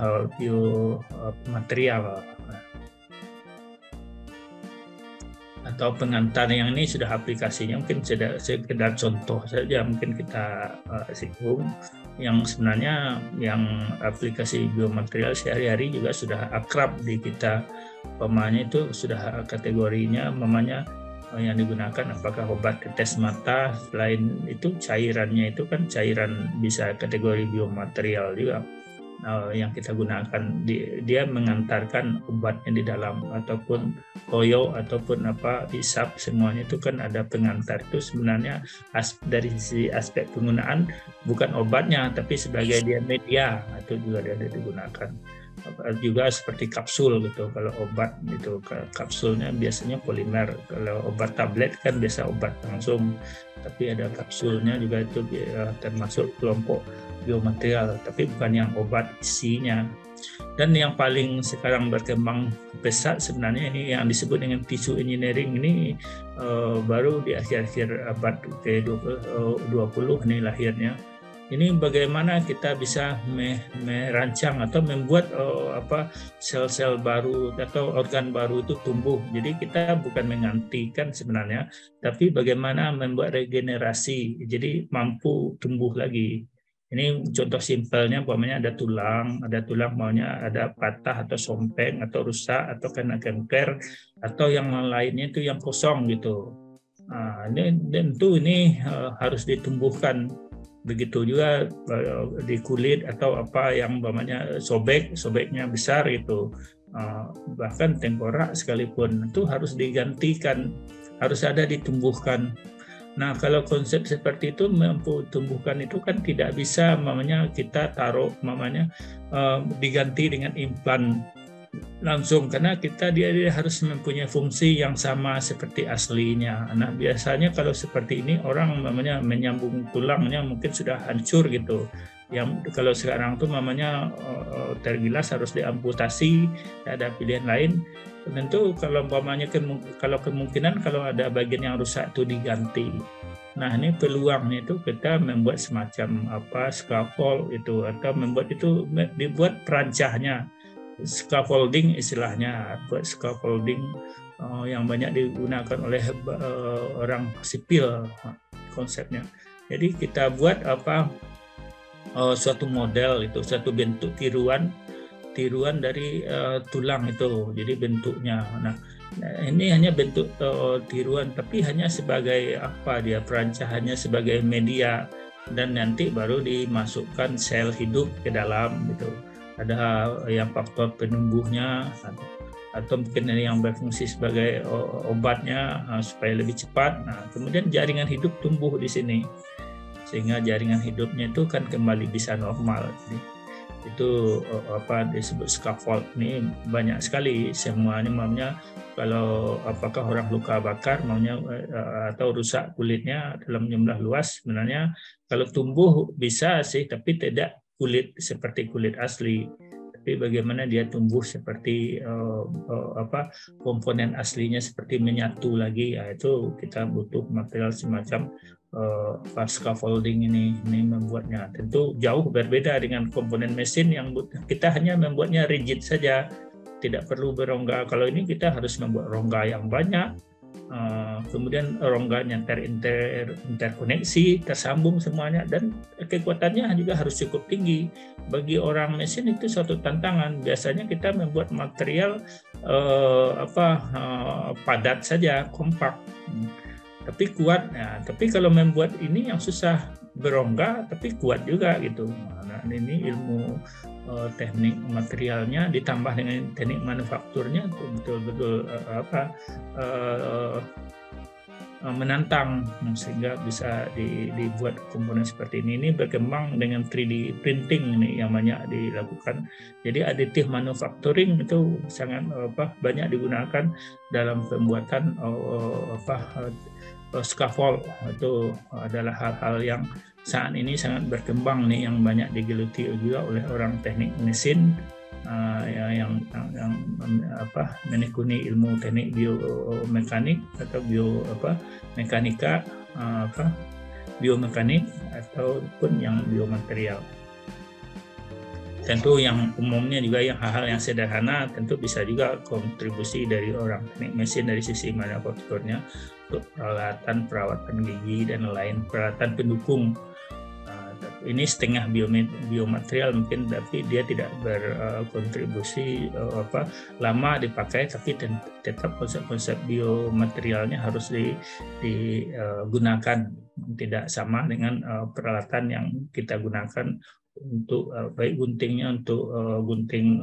biomaterial. atau pengantar yang ini sudah aplikasinya mungkin sekedar contoh saja mungkin kita singgung yang sebenarnya yang aplikasi biomaterial sehari-hari juga sudah akrab di kita. Umpamanya itu sudah kategorinya umpamanya yang digunakan apakah obat tetes mata, selain itu cairannya itu kan cairan bisa kategori biomaterial juga. Yang kita gunakan dia mengantarkan obatnya di dalam ataupun toyo ataupun hisap, semuanya itu kan ada pengantar. Itu sebenarnya dari sisi aspek penggunaan bukan obatnya tapi sebagai dia media, itu juga dia digunakan. Juga seperti kapsul gitu, kalau obat itu kapsulnya biasanya polimer, kalau obat tablet kan biasa obat langsung, tapi ada kapsulnya juga itu termasuk kelompok biomaterial, tapi bukan yang obat isinya. Dan yang paling sekarang berkembang pesat sebenarnya ini yang disebut dengan tissue engineering ini baru di akhir-akhir abad ke-20 ini lahirnya. Ini bagaimana kita bisa merancang atau membuat sel-sel baru atau organ baru itu tumbuh. Jadi kita bukan menggantikan sebenarnya, tapi bagaimana membuat regenerasi, jadi mampu tumbuh lagi. Ini contoh simpelnya, umpamanya ada tulang maunya ada patah atau sompeng atau rusak atau kena kanker atau yang lainnya itu yang kosong gitu. Nah, tentu ini harus ditumbuhkan. Begitu juga di kulit atau apa yang umpamanya sobeknya besar itu, bahkan tengkorak sekalipun itu harus digantikan, harus ada ditumbuhkan. Nah, kalau konsep seperti itu mampu tumbuhkan itu kan tidak bisa umpamanya kita taruh umpamanya diganti dengan implan langsung, karena dia harus mempunyai fungsi yang sama seperti aslinya. Nah, biasanya kalau seperti ini orang namanya menyambung tulangnya mungkin sudah hancur gitu. Yang kalau sekarang tuh namanya tergilas harus diamputasi, ada pilihan lain. Tentu kalau umpamanya kalau kemungkinan kalau ada bagian yang rusak itu diganti. Nah, ini peluangnya itu kita membuat semacam scaffold itu, atau membuat itu dibuat perancahnya. Scaffolding istilahnya, buat scaffolding yang banyak digunakan oleh orang sipil konsepnya. Jadi kita buat suatu model itu, suatu bentuk tiruan dari tulang itu. Jadi bentuknya. Nah, ini hanya bentuk tiruan, tapi hanya sebagai perancah, hanya sebagai media, dan nanti baru dimasukkan sel hidup ke dalam gitu. Ada yang faktor penumbuhnya atau mungkin yang berfungsi sebagai obatnya supaya lebih cepat. Nah, kemudian jaringan hidup tumbuh di sini sehingga jaringan hidupnya itu kan kembali bisa normal. Jadi, itu disebut scaffold. Ini banyak sekali semuanya, maunya kalau apakah orang luka bakar maunya atau rusak kulitnya dalam jumlah luas, sebenarnya kalau tumbuh bisa sih, tapi tidak kulit seperti kulit asli, tapi bagaimana dia tumbuh seperti komponen aslinya seperti menyatu lagi, itu kita butuh material semacam scaffolding ini membuatnya. Tentu jauh berbeda dengan komponen mesin yang kita hanya membuatnya rigid saja, tidak perlu berongga. Kalau ini kita harus membuat rongga yang banyak, kemudian rongganya interkoneksi, tersambung semuanya, dan kekuatannya juga harus cukup tinggi. Bagi orang mesin itu suatu tantangan. Biasanya kita membuat material padat saja, kompak, tapi kuat. Nah, tapi kalau membuat ini yang susah, berongga tapi kuat juga gitu. Nah, ini ilmu teknik materialnya ditambah dengan teknik manufakturnya betul-betul menantang, sehingga bisa dibuat komponen seperti ini. Ini berkembang dengan 3D printing ini yang banyak dilakukan. Jadi additive manufacturing itu sangat banyak digunakan dalam pembuatan scaffold. Itu adalah hal-hal yang saat ini sangat berkembang nih, yang banyak digeluti juga oleh orang teknik mesin yang menekuni ilmu teknik biomekanik atau biomekanika, biomekanik ataupun yang biomaterial. tentu yang umumnya juga yang hal-hal yang sederhana tentu bisa juga kontribusi dari orang teknik mesin dari sisi manufakturnya untuk peralatan perawatan gigi dan lain peralatan pendukung. Ini setengah biomaterial mungkin, tapi dia tidak berkontribusi lama dipakai, tapi tetap konsep biomaterialnya harus digunakan, tidak sama dengan peralatan yang kita gunakan untuk baik guntingnya untuk gunting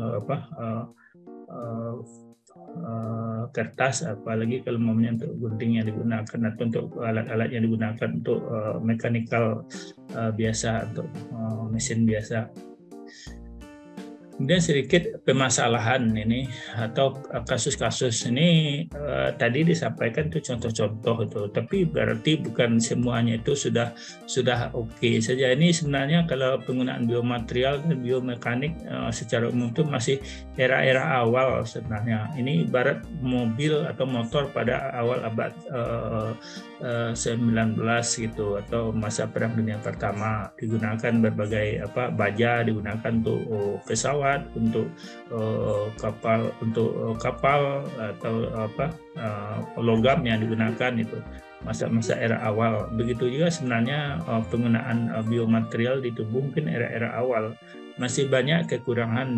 kertas, apalagi kalau maunya untuk gunting yang digunakan atau untuk alat-alat yang digunakan untuk mekanikal biasa, untuk mesin biasa. Kemudian sedikit permasalahan ini atau kasus-kasus ini tadi disampaikan itu contoh-contoh itu, tapi berarti bukan semuanya itu sudah oke saja. Ini sebenarnya kalau penggunaan biomaterial dan biomekanik secara umum itu masih era-era awal sebenarnya. Ini ibarat mobil atau motor pada awal abad 19 gitu, atau masa Perang Dunia Pertama, digunakan berbagai baja, digunakan untuk pesawat, untuk kapal atau logam yang digunakan itu masa-masa era awal. Begitu juga sebenarnya penggunaan biomaterial di tubuh mungkin era-era awal masih banyak kekurangan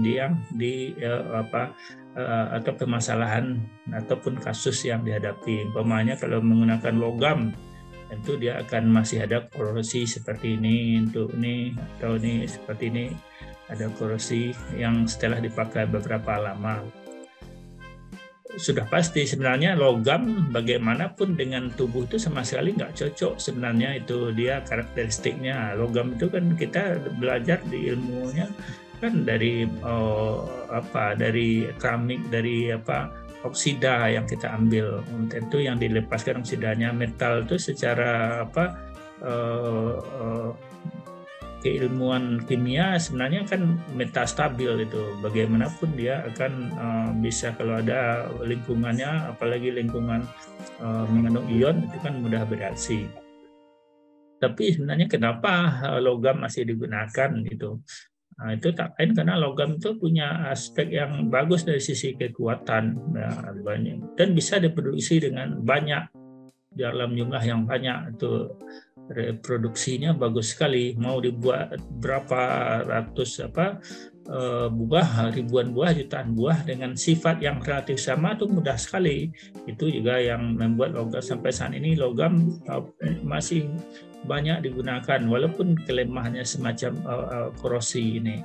atau permasalahan ataupun kasus yang dihadapi. Umpamanya kalau menggunakan logam, tentu dia akan masih ada korosi seperti ini, untuk ini atau ini seperti ini, ada korosi yang setelah dipakai beberapa lama. Sudah pasti sebenarnya logam bagaimanapun dengan tubuh itu sama sekali nggak cocok sebenarnya, itu dia karakteristiknya. Logam itu kan kita belajar di ilmunya kan dari dari keramik, dari oksida yang kita ambil. Tentu yang dilepaskan oksidanya. Metal itu secara keilmuan kimia sebenarnya kan metastabil itu, bagaimanapun dia akan bisa, kalau ada lingkungannya, apalagi lingkungan mengandung ion, itu kan mudah bereaksi. Tapi sebenarnya kenapa logam masih digunakan gitu? Nah, itu tak lain karena logam itu punya aspek yang bagus dari sisi kekuatan, banyak, dan bisa diproduksi dengan banyak dalam jumlah yang banyak. Itu reproduksinya bagus sekali, mau dibuat berapa ratus buah, ribuan buah, jutaan buah dengan sifat yang relatif sama itu mudah sekali. Itu juga yang membuat logam sampai saat ini logam masih banyak digunakan walaupun kelemahannya semacam korosi ini.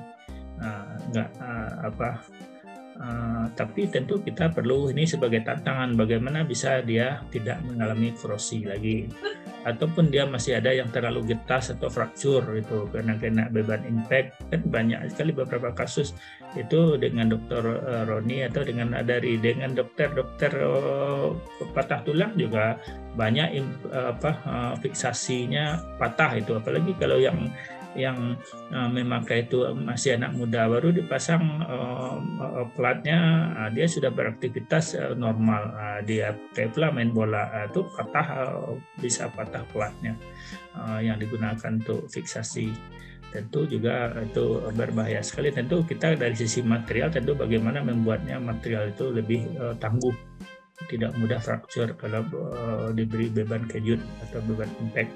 Tapi tentu kita perlu ini sebagai tantangan, bagaimana bisa dia tidak mengalami korosi lagi, ataupun dia masih ada yang terlalu getas atau fracture itu karena kena beban impact. Kan banyak sekali beberapa kasus itu dengan Dr. Roni atau dengan dokter patah tulang juga banyak fiksasinya patah itu, apalagi kalau yang memakai itu masih anak muda baru dipasang platnya, dia sudah beraktivitas normal, dia kayak pula main bola itu bisa patah platnya yang digunakan untuk fiksasi. Tentu juga itu berbahaya sekali. Tentu kita dari sisi material, tentu bagaimana membuatnya material itu lebih tangguh, tidak mudah fracture kalau diberi beban kejut atau beban impact.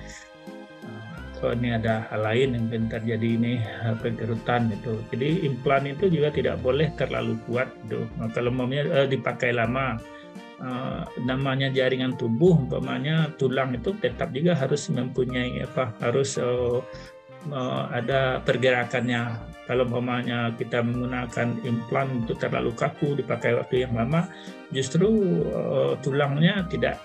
Ini ada hal lain yang terjadi ini, pengkerutan itu. Jadi implan itu juga tidak boleh terlalu kuat itu. Kalau maunya dipakai lama, namanya jaringan tubuh, umpamanya tulang itu tetap juga harus mempunyai harus ada pergerakannya. Kalau umpamanya kita menggunakan implan itu terlalu kaku, dipakai waktu yang lama, justru tulangnya tidak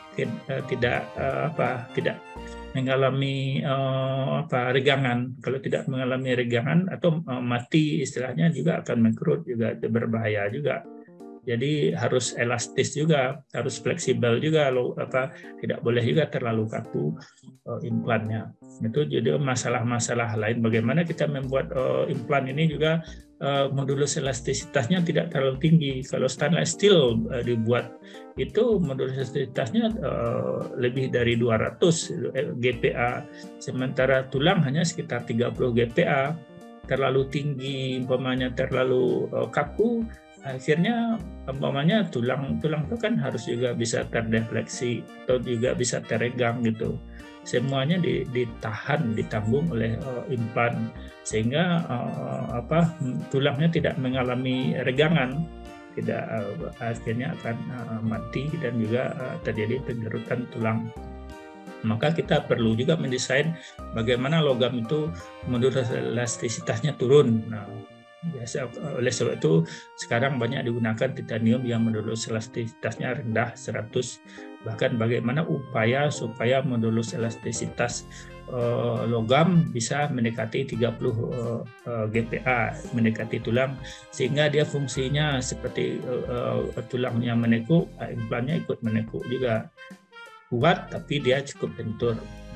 mengalami regangan. Kalau tidak mengalami regangan atau mati istilahnya, juga akan mengkerut, juga berbahaya juga. Jadi harus elastis juga, harus fleksibel juga, tidak boleh juga terlalu kaku implannya. Itu jadi masalah-masalah lain. Bagaimana kita membuat implan ini juga modulus elastisitasnya tidak terlalu tinggi. Kalau stainless steel dibuat itu modulus elastisitasnya lebih dari 200 GPa, sementara tulang hanya sekitar 30 GPa. terlalu tinggi, umpamanya terlalu kaku, akhirnya umpamanya tulang itu kan harus juga bisa terdefleksi atau juga bisa teregang gitu. Semuanya ditahan, ditanggung oleh implan sehingga tulangnya tidak mengalami regangan, tidak akhirnya akan mati dan juga terjadi penggerutan tulang. Maka kita perlu juga mendesain bagaimana logam itu menurut elastisitasnya turun. Nah, biasa oleh sebab itu sekarang banyak digunakan titanium yang menurut elastisitasnya rendah 100. Bahkan bagaimana upaya supaya modulus elastisitas logam bisa mendekati 30 GPa, mendekati tulang, sehingga dia fungsinya seperti tulangnya menekuk, implannya ikut menekuk juga, kuat tapi dia cukup lentur.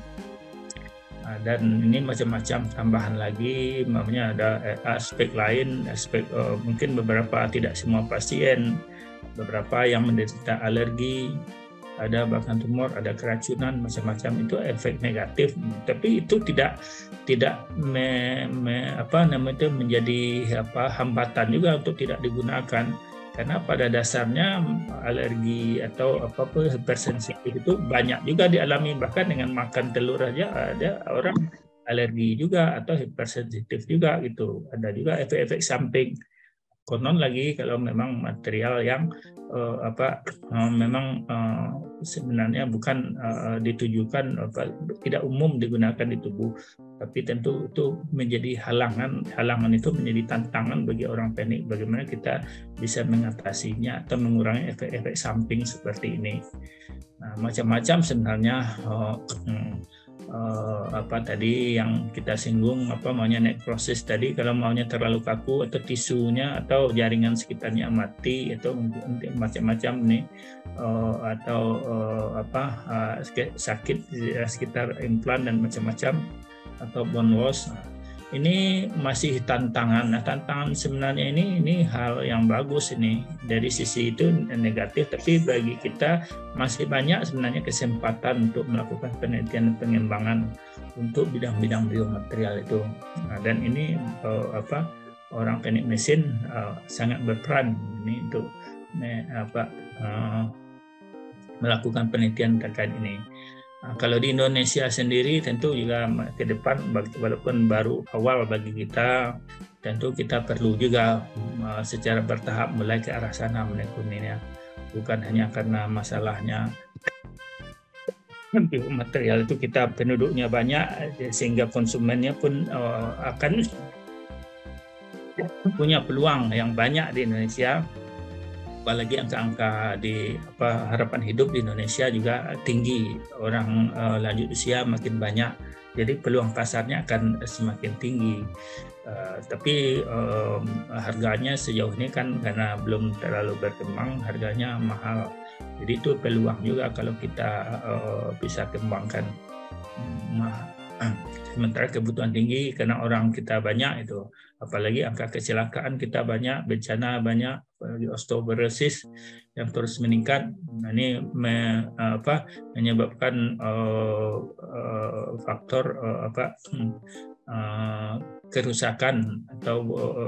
Dan ini macam-macam tambahan lagi, makanya ada aspek lain, mungkin beberapa, tidak semua pasien, beberapa yang menderita alergi, ada bahkan tumor, ada keracunan, macam-macam, itu efek negatif. Tapi itu tidak menjadi hambatan juga untuk tidak digunakan, karena pada dasarnya alergi atau hipersensitif itu banyak juga dialami, bahkan dengan makan telur aja ada orang alergi juga atau hipersensitif juga gitu. Ada juga efek-efek samping. Konon lagi kalau memang material yang memang sebenarnya bukan ditujukan tidak umum digunakan di tubuh, tapi tentu itu menjadi halangan itu menjadi tantangan bagi orang penik, bagaimana kita bisa mengatasinya atau mengurangi efek-efek samping seperti ini. Nah, macam-macam sebenarnya tadi yang kita singgung, maunya nekrosis tadi, kalau maunya terlalu kaku atau tisunya atau jaringan sekitarnya mati atau macam-macam nih, atau sakit sekitar implan dan macam-macam, atau bone loss. Ini masih tantangan. Nah, tantangan sebenarnya ini hal yang bagus ini. Dari sisi itu negatif, tapi bagi kita masih banyak sebenarnya kesempatan untuk melakukan penelitian dan pengembangan untuk bidang-bidang biomaterial itu. Nah, dan ini orang teknik mesin sangat berperan ini untuk melakukan penelitian terkait ini. Kalau di Indonesia sendiri tentu juga ke depan, walaupun baru awal bagi kita, tentu kita perlu juga secara bertahap mulai ke arah sana menekuninya. Bukan hanya karena masalahnya biomaterial itu kita penduduknya banyak sehingga konsumennya pun akan punya peluang yang banyak di Indonesia. Apalagi angka-angka di harapan hidup di Indonesia juga tinggi, orang lanjut usia makin banyak, jadi peluang pasarnya akan semakin tinggi. Tapi harganya sejauh ini kan karena belum terlalu berkembang, harganya mahal. Jadi itu peluang juga kalau kita bisa kembangkan. Sementara kebutuhan tinggi karena orang kita banyak itu, apalagi angka kecelakaan kita banyak, bencana banyak, osteoporosis yang terus meningkat. Nah, ini menyebabkan faktor kerusakan atau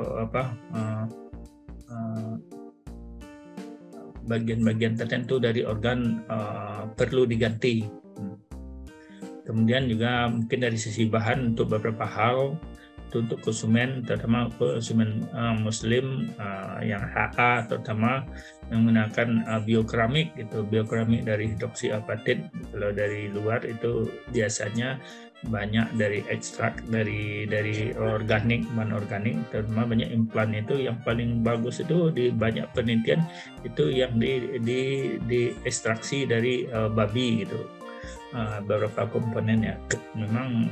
bagian-bagian tertentu dari organ perlu diganti. Kemudian juga mungkin dari sisi bahan untuk beberapa hal, untuk konsumen, terutama konsumen Muslim yang HA, terutama menggunakan biokeramik, gitu, biokeramik dari hidroksiapatit. Kalau dari luar itu biasanya banyak dari ekstrak dari organik, bahan organik, terutama banyak implan itu yang paling bagus itu di banyak penelitian itu yang di ekstraksi dari babi gitu. Beberapa komponennya memang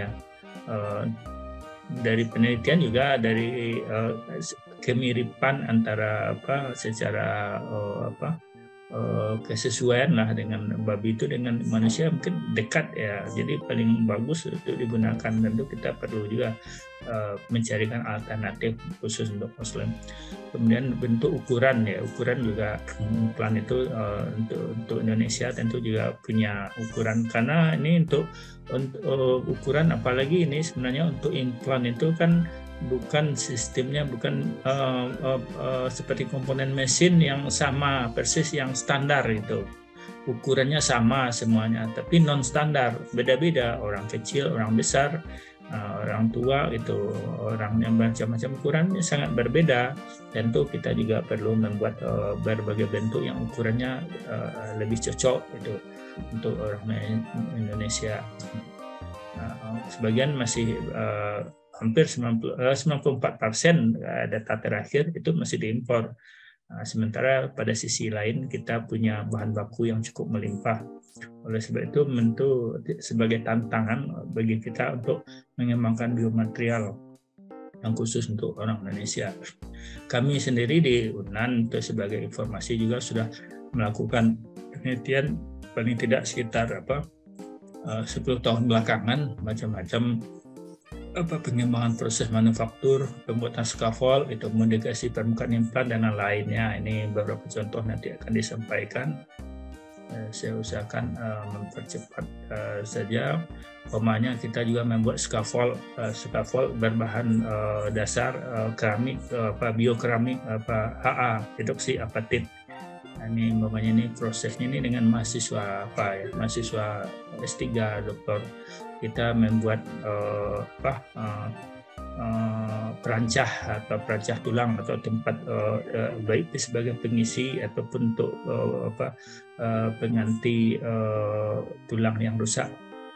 dari penelitian juga dari kemiripan antara secara kesesuaian lah dengan babi itu dengan manusia mungkin dekat ya, jadi paling bagus untuk digunakan. Tentu kita perlu juga mencarikan alternatif khusus untuk Muslim. Kemudian bentuk ukuran ya, ukuran juga implan itu untuk Indonesia tentu juga punya ukuran, karena ini untuk ukuran, apalagi ini sebenarnya untuk implan itu kan bukan sistemnya bukan seperti komponen mesin yang sama persis yang standar itu. Ukurannya sama semuanya, tapi non standar, beda-beda, orang kecil, orang besar, orang tua itu, orang yang macam-macam ukurannya sangat berbeda. Tentu kita juga perlu membuat berbagai bentuk yang ukurannya lebih cocok itu untuk orang Indonesia. Sebagian masih hampir 94% data terakhir itu masih diimpor. Sementara pada sisi lain kita punya bahan baku yang cukup melimpah. Oleh sebab itu tentu sebagai tantangan bagi kita untuk mengembangkan biomaterial yang khusus untuk orang Indonesia. Kami sendiri di UNAN itu sebagai informasi juga sudah melakukan penelitian paling tidak sekitar 10 tahun belakangan, macam-macam pengembangan proses manufaktur, pembuatan scaffold, itu modifikasi permukaan implan dan lainnya. Ini beberapa contoh nanti akan disampaikan. Saya usahakan mempercepat saja. Umpamanya kita juga membuat scaffold berbahan dasar keramik, biokeramik, HA, hidroksi apatit. Ini umpamanya ini prosesnya ini dengan mahasiswa mahasiswa S3 doktor. Kita membuat perancah atau perancah tulang atau tempat baik sebagai pengisi ataupun untuk pengganti tulang yang rusak.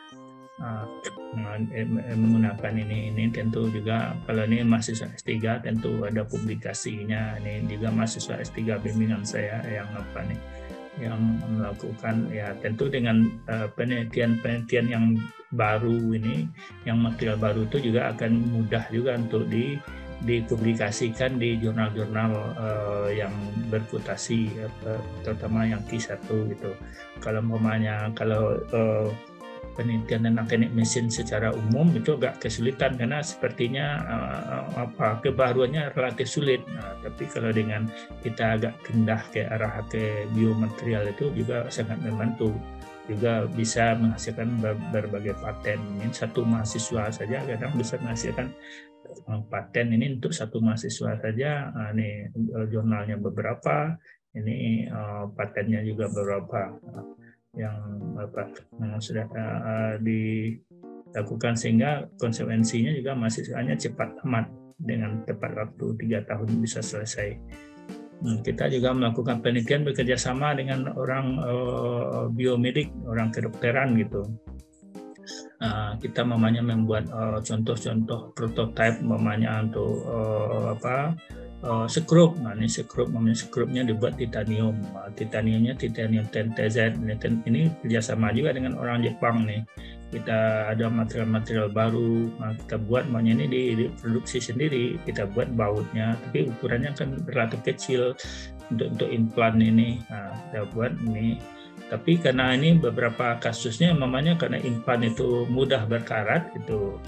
Menggunakan ini tentu juga kalau ini mahasiswa S3 tentu ada publikasinya. Ini juga mahasiswa S3 bimbingan saya yang melakukan, ya tentu dengan penelitian yang baru ini, yang material baru itu juga akan mudah juga untuk dipublikasikan di jurnal-jurnal yang berputasi, terutama yang Q1 gitu. Kalau penelitian tentang teknik mesin secara umum itu agak kesulitan karena sepertinya kebaruannya relatif sulit. Tapi kalau dengan kita agak pindah ke arah ke biomaterial itu juga sangat membantu, juga bisa menghasilkan berbagai paten. Ini satu mahasiswa saja kadang bisa menghasilkan paten ini untuk satu mahasiswa saja. Ini jurnalnya beberapa, ini patennya juga beberapa yang sudah dilakukan, sehingga konsekuensinya juga mahasiswanya cepat amat, dengan tepat waktu 3 tahun bisa selesai. Kita juga melakukan penelitian bekerja sama dengan orang biomedik, orang kedokteran gitu. Kita membuat contoh-contoh prototipe untuk skrup. Ini skrupnya dibuat titanium. Titaniumnya titanium 10TZ. Ini kerjasama juga dengan orang Jepang nih. Kita ada material-material baru, kita buat ini diproduksi sendiri. Kita buat bautnya, tapi ukurannya kan relatif kecil untuk implan ini. Kita buat ini. Tapi karena ini beberapa kasusnya, karena implan itu mudah berkarat gitu.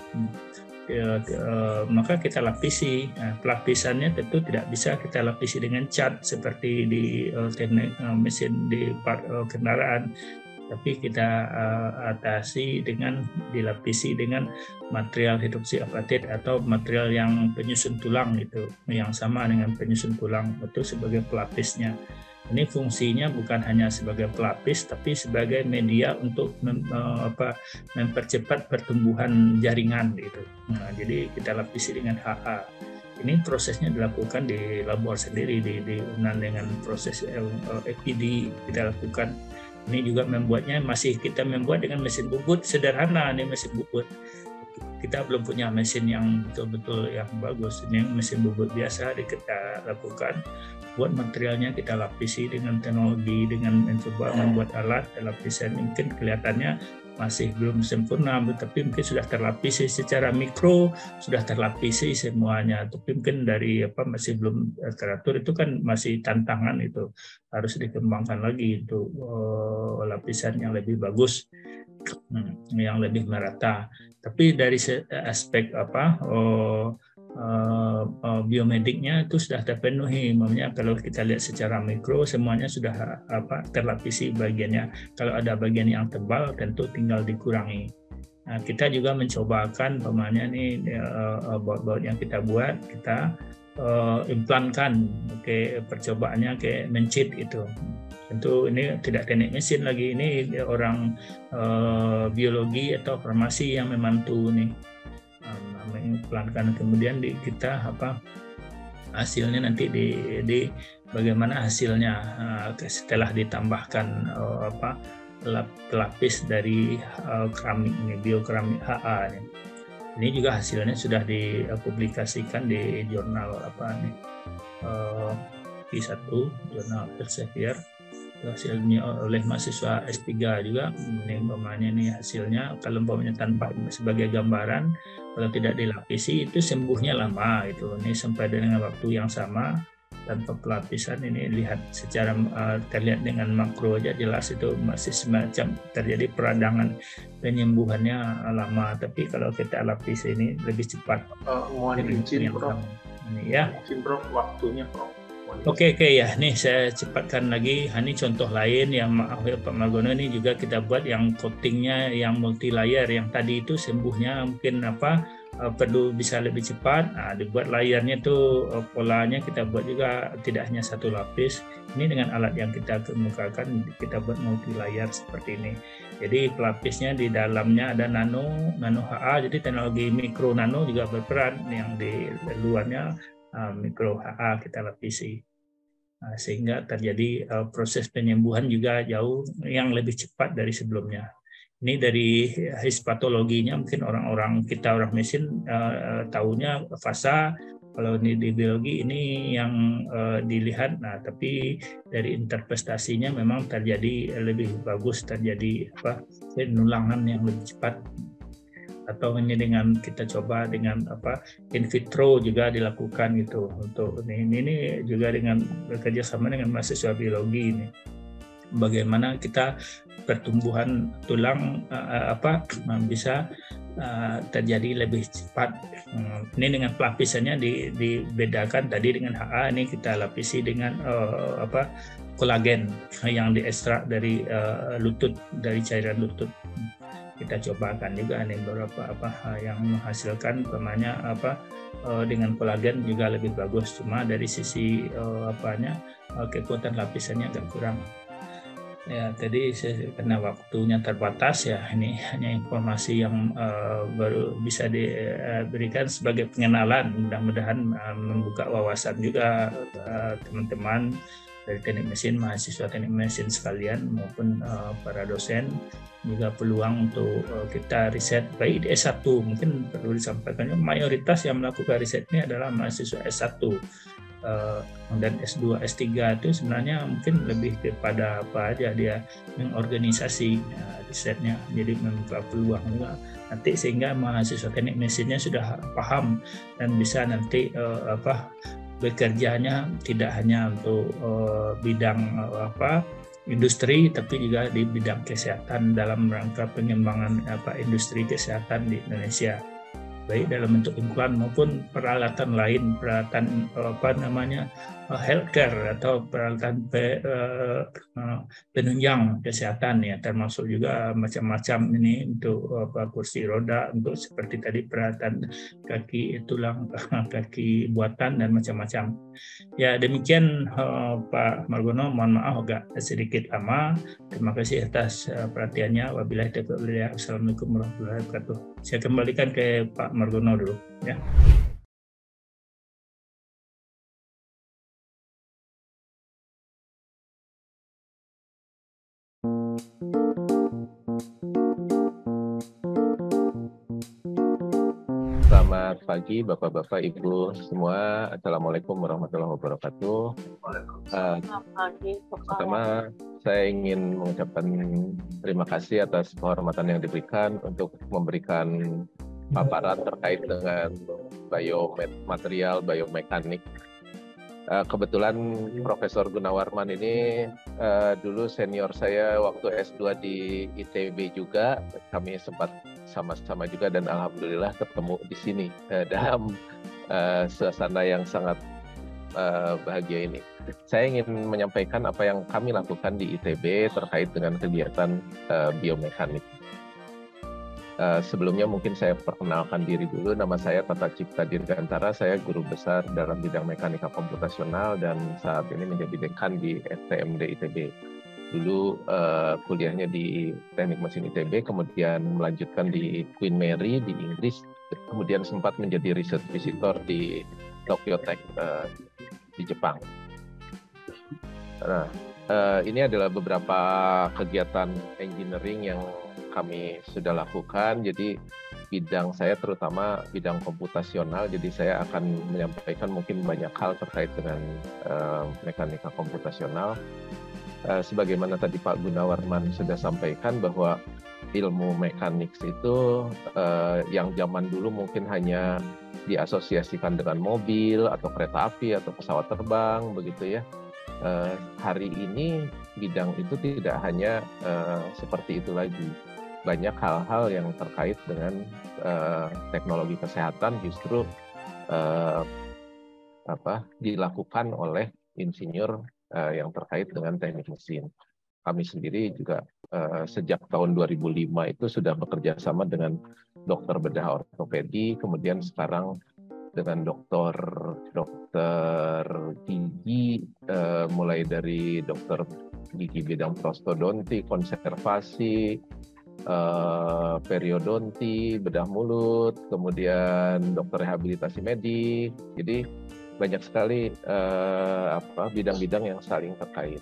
Maka kita lapisi. Pelapisannya tentu tidak bisa kita lapisi dengan cat seperti di teknik mesin di part kendaraan, tapi kita atasi dengan dilapisi dengan material hidroksi apatit atau material yang penyusun tulang gitu, yang sama dengan penyusun tulang, itu sebagai pelapisnya. Ini fungsinya bukan hanya sebagai pelapis, tapi sebagai media untuk mempercepat pertumbuhan jaringan gitu. Jadi kita lapisi dengan HA. Ini prosesnya dilakukan di labor sendiri di UNAN dengan proses FPD kita lakukan. Ini juga kita membuat dengan mesin bubut sederhana. Ini mesin bubut. Kita belum punya mesin yang betul-betul yang bagus. Ini mesin bubut biasa kita lakukan. Buat materialnya kita lapisi dengan teknologi, dengan mencoba membuat alat lapisan. Mungkin kelihatannya masih belum sempurna, tapi mungkin sudah terlapisi secara mikro, sudah terlapisi semuanya. Tapi mungkin dari masih belum teratur, itu kan masih tantangan, itu harus dikembangkan lagi untuk lapisan yang lebih bagus, yang lebih merata. Tapi dari aspek biomediknya itu sudah terpenuhi. Maksudnya kalau kita lihat secara mikro semuanya sudah terlapisi bagiannya. Kalau ada bagian yang tebal tentu tinggal dikurangi. Nah, kita juga mencobakan pemanya nih baut-baut yang kita buat, kita implankan ke percobaannya ke mencit itu. Tentu ini tidak teknik mesin lagi, ini orang biologi atau farmasi yang membantu nih mengimplankan. Kemudian kita hasilnya nanti di bagaimana hasilnya setelah ditambahkan pelapis dari keramik ini, biokeramik HA ini. Ini juga hasilnya sudah dipublikasikan di jurnal P1, jurnal Elsevier, hasilnya oleh mahasiswa S3 juga. Ini umpamanya ini hasilnya, kalau umpamanya tanpa sebagai gambaran, kalau tidak dilapisi itu sembuhnya lama itu. Ini sampai dengan waktu yang sama tanpa pelapisan. Ini lihat secara terlihat dengan makro aja jelas itu masih semacam terjadi peradangan, penyembuhannya lama. Tapi kalau kita lapis ini lebih cepat. Mohon izin Prof. Ini ya. Izin Prof, waktunya Prof. Oke ya, nih saya cepatkan lagi. Ini contoh lain yang maaf ya Pak Margono, ini juga kita buat yang coatingnya yang multi layer. Yang tadi itu sembuhnya mungkin perlu bisa lebih cepat. Nah, dibuat layarnya tuh polanya kita buat juga tidak hanya satu lapis. Ini dengan alat yang kita kemukakan kita buat multi layer seperti ini. Jadi pelapisnya di dalamnya ada nano HA. Jadi teknologi mikro nano juga berperan, yang di luarnya mikro HA kita lapisi. Sehingga terjadi proses penyembuhan juga jauh yang lebih cepat dari sebelumnya. Ini dari histopatologinya mungkin orang mesin tahunya fasa, kalau ini di biologi ini yang dilihat. Nah, tapi dari interpretasinya memang terjadi lebih bagus, terjadi penulangan yang lebih cepat. Atau hanya dengan kita coba dengan in vitro juga dilakukan gitu. Untuk ini juga dengan bekerja sama dengan mahasiswa biologi ini. Bagaimana kita pertumbuhan tulang bisa terjadi lebih cepat. Ini dengan pelapisannya dibedakan tadi dengan HA, ini kita lapisi dengan kolagen yang diekstrak dari lutut, dari cairan lutut. Kita cobakan juga nih beberapa yang menghasilkan dengan kolagen juga lebih bagus, cuma dari sisi kekuatan lapisannya agak kurang. Ya, tadi karena waktunya terbatas ya, ini hanya informasi yang baru bisa diberikan sebagai pengenalan. Mudah-mudahan membuka wawasan juga teman-teman dari teknik mesin, mahasiswa teknik mesin sekalian maupun para dosen, juga peluang untuk kita riset baik di S1. Mungkin perlu disampaikan mayoritas yang melakukan riset ini adalah mahasiswa S1. Dan S2, S3 itu sebenarnya mungkin lebih kepada dia mengorganisasi risetnya, jadi membuka peluang juga nanti sehingga mahasiswa teknik mesinnya sudah paham dan bisa nanti bekerjanya tidak hanya untuk bidang industri, tapi juga di bidang kesehatan dalam rangka pengembangan industri kesehatan di Indonesia, baik dalam bentuk implan maupun peralatan lain, peralatan healthcare atau peralatan penunjang kesehatan ya, termasuk juga macam-macam ini untuk kursi roda, untuk seperti tadi peralatan kaki tulang kaki buatan dan macam-macam. Ya demikian Pak Margono, mohon maaf agak sedikit lama. Terima kasih atas perhatiannya. Wabillahi taufiq wal hidayah. Assalamualaikum warahmatullahi wabarakatuh. Saya kembalikan ke Pak Margono dulu ya. Selamat pagi Bapak-Bapak, Ibu semua. Assalamualaikum warahmatullahi wabarakatuh. Pertama, saya ingin mengucapkan terima kasih atas kehormatan yang diberikan untuk memberikan paparan terkait dengan biomaterial, biomekanik. Kebetulan Profesor Gunawarman ini dulu senior saya waktu S2 di ITB juga. Kami sempat sama-sama juga dan alhamdulillah ketemu di sini dalam suasana yang sangat bahagia ini. Saya ingin menyampaikan apa yang kami lakukan di ITB terkait dengan kegiatan biomekanik. Sebelumnya mungkin saya perkenalkan diri dulu. Nama saya Tata Cipta Dirgantara. Saya guru besar dalam bidang mekanika komputasional dan saat ini menjadi dekan di STMD ITB. Dulu kuliahnya di Teknik Mesin ITB, kemudian melanjutkan di Queen Mary di Inggris, kemudian sempat menjadi research visitor di Tokyo Tech di Jepang. Nah, ini adalah beberapa kegiatan engineering yang kami sudah lakukan. Jadi bidang saya terutama bidang komputasional, jadi saya akan menyampaikan mungkin banyak hal terkait dengan mekanika komputasional. Sebagaimana tadi Pak Gunawarman sudah sampaikan bahwa ilmu mekanik itu yang zaman dulu mungkin hanya diasosiasikan dengan mobil atau kereta api atau pesawat terbang begitu ya. Hari ini bidang itu tidak hanya seperti itu lagi. Banyak hal-hal yang terkait dengan teknologi kesehatan justru dilakukan oleh insinyur yang terkait dengan teknik mesin. Kami sendiri juga sejak tahun 2005 itu sudah bekerja sama dengan dokter bedah ortopedi, kemudian sekarang dengan dokter gigi, mulai dari dokter gigi bidang prostodonti, konservasi, periodonti, bedah mulut, kemudian dokter rehabilitasi medik. Jadi banyak sekali bidang-bidang yang saling terkait.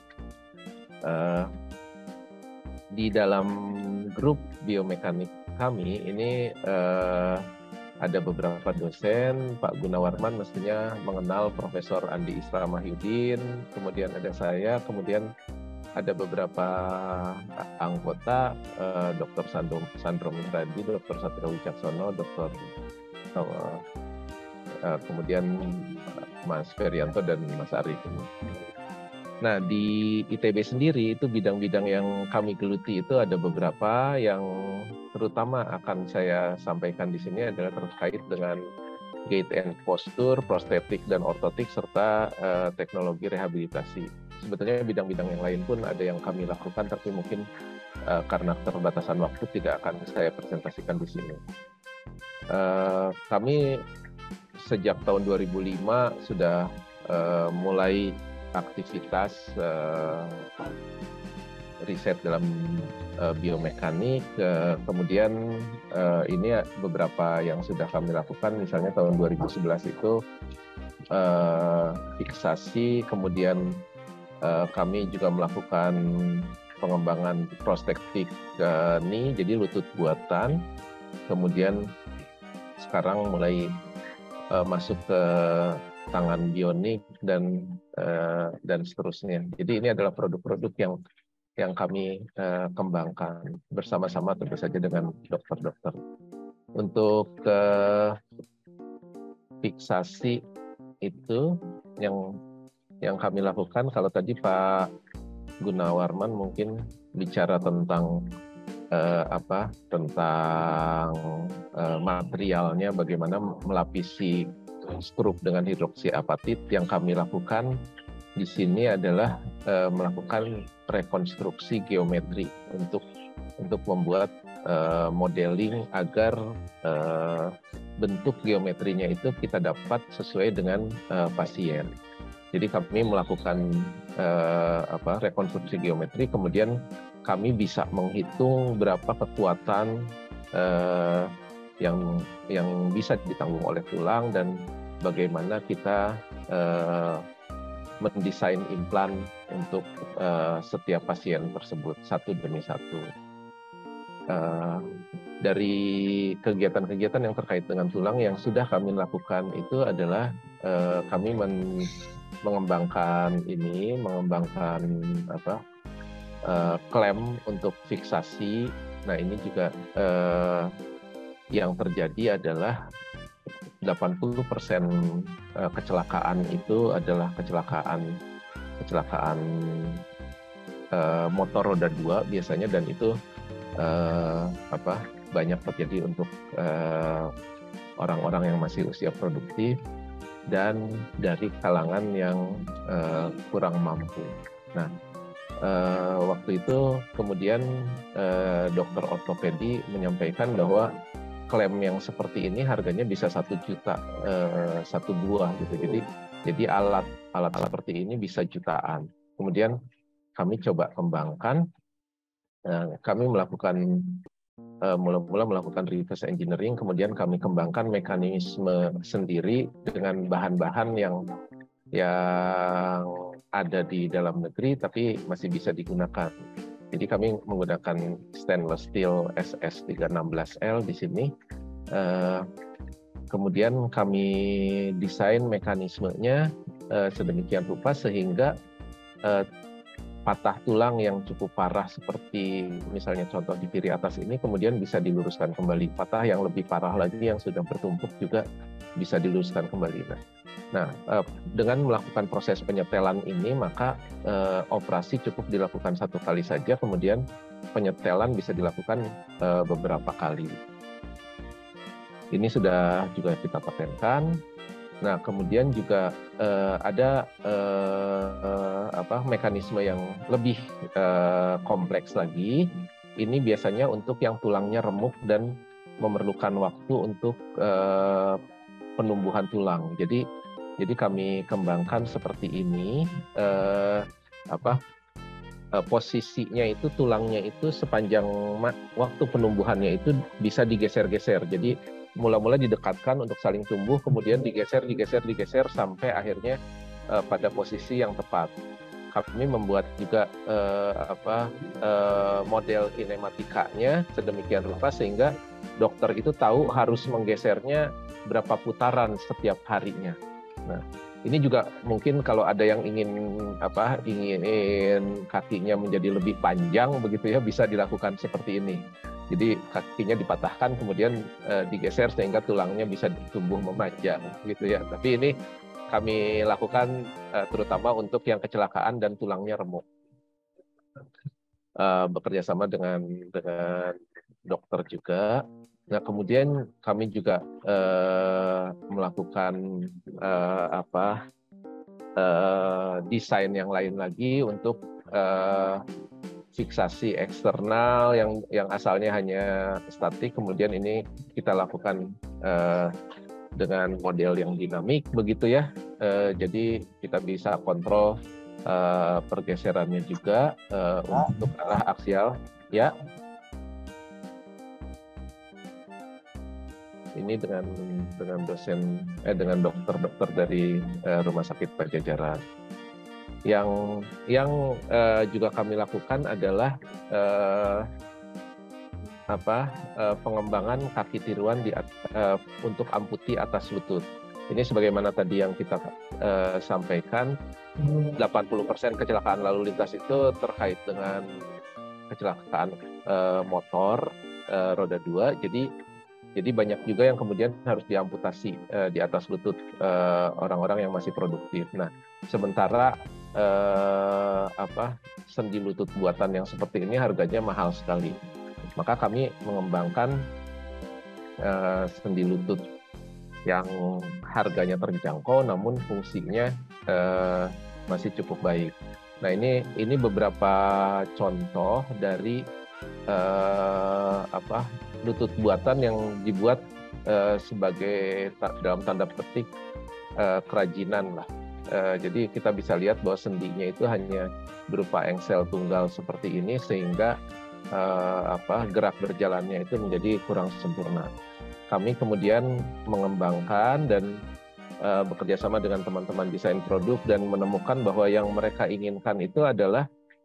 Di dalam grup biomekanik kami ini ada beberapa dosen. Pak Gunawarman mestinya mengenal Profesor Andi Isra Mahyudin, kemudian ada saya, kemudian ada beberapa anggota, Dr. Sandro Minradi, Dr. Satrio Wicaksono, kemudian Mas Ferianto dan Mas Arif. Nah, di ITB sendiri itu bidang-bidang yang kami geluti itu ada beberapa yang terutama akan saya sampaikan di sini adalah terkait dengan gait and posture, prostetik dan ortotik serta teknologi rehabilitasi. Sebetulnya bidang-bidang yang lain pun ada yang kami lakukan, tapi mungkin karena keterbatasan waktu tidak akan saya presentasikan di sini. Kami sejak tahun 2005 sudah mulai aktivitas riset dalam biomekanik, kemudian ini beberapa yang sudah kami lakukan, misalnya tahun 2011 itu fiksasi, kemudian kami juga melakukan pengembangan prostetik knee, jadi lutut buatan, kemudian sekarang mulai masuk ke tangan bionik dan seterusnya. Jadi ini adalah produk-produk yang kami kembangkan bersama-sama tentu saja dengan dokter-dokter. Untuk fiksasi itu yang kami lakukan, kalau tadi Pak Gunawarman mungkin bicara tentang materialnya, bagaimana melapisi skrup dengan hidroksiapatit. Yang kami lakukan di sini adalah melakukan rekonstruksi geometri untuk membuat modeling agar bentuk geometrinya itu kita dapat sesuai dengan pasien. Jadi kami melakukan rekonstruksi geometri, kemudian kami bisa menghitung berapa kekuatan yang bisa ditanggung oleh tulang dan bagaimana kita mendesain implan untuk setiap pasien tersebut satu demi satu. Dari kegiatan-kegiatan yang terkait dengan tulang yang sudah kami lakukan itu adalah kami mengembangkan klem untuk fiksasi. Nah, ini juga yang terjadi adalah 80% kecelakaan itu adalah kecelakaan motor roda 2 biasanya, dan itu banyak terjadi untuk orang-orang yang masih usia produktif dan dari kalangan yang kurang mampu. Nah, waktu itu kemudian dokter ortopedi menyampaikan bahwa klaim yang seperti ini harganya bisa 1 juta satu buah gitu. Jadi alat seperti ini bisa jutaan. Kemudian kami coba kembangkan, kami melakukan mula-mula melakukan reverse engineering, kemudian kami kembangkan mekanisme sendiri dengan bahan-bahan yang ada di dalam negeri tapi masih bisa digunakan. Jadi kami menggunakan stainless steel SS316L di sini. Kemudian kami desain mekanismenya sedemikian rupa sehingga patah tulang yang cukup parah seperti misalnya contoh di kiri atas ini kemudian bisa diluruskan kembali. Patah yang lebih parah lagi yang sudah bertumpuk juga bisa diluruskan kembali. Nah, dengan melakukan proses penyetelan ini maka operasi cukup dilakukan 1 kali saja, kemudian penyetelan bisa dilakukan beberapa kali. Ini sudah juga kita patenkan. Nah, kemudian juga ada mekanisme yang lebih kompleks lagi. Ini biasanya untuk yang tulangnya remuk dan memerlukan waktu untuk penumbuhan tulang. Jadi kami kembangkan seperti ini. Posisinya itu tulangnya itu sepanjang waktu penumbuhannya itu bisa digeser-geser. Jadi mula-mula didekatkan untuk saling tumbuh, kemudian digeser sampai akhirnya pada posisi yang tepat. Kami membuat juga model kinematikanya sedemikian rupa sehingga dokter itu tahu harus menggesernya berapa putaran setiap harinya. Nah, ini juga mungkin kalau ada yang ingin kakinya menjadi lebih panjang begitu ya, bisa dilakukan seperti ini. Jadi kakinya dipatahkan kemudian digeser sehingga tulangnya bisa tumbuh memanjang gitu ya. Tapi ini kami lakukan terutama untuk yang kecelakaan dan tulangnya remuk. Bekerja sama dengan dokter juga. Nah, kemudian kami juga melakukan desain yang lain lagi untuk fiksasi eksternal yang asalnya hanya statik, kemudian ini kita lakukan dengan model yang dinamik begitu ya. Jadi kita bisa kontrol pergeserannya juga untuk arah aksial ya. Ini dengan dokter dari Rumah Sakit Pajajaran. Yang juga kami lakukan adalah pengembangan kaki tiruan untuk amputi atas lutut. Ini sebagaimana tadi yang kita sampaikan, 80% kecelakaan lalu lintas itu terkait dengan kecelakaan motor roda 2. Jadi banyak juga yang kemudian harus diamputasi di atas lutut orang-orang yang masih produktif. Nah, sementara sendi lutut buatan yang seperti ini harganya mahal sekali. Maka kami mengembangkan sendi lutut yang harganya terjangkau namun fungsinya masih cukup baik. Nah, ini beberapa contoh dari lutut buatan yang dibuat sebagai dalam tanda petik kerajinan lah. Jadi kita bisa lihat bahwa sendinya itu hanya berupa engsel tunggal seperti ini sehingga gerak berjalannya itu menjadi kurang sempurna. Kami kemudian mengembangkan dan bekerja sama dengan teman-teman desain produk dan menemukan bahwa yang mereka inginkan itu adalah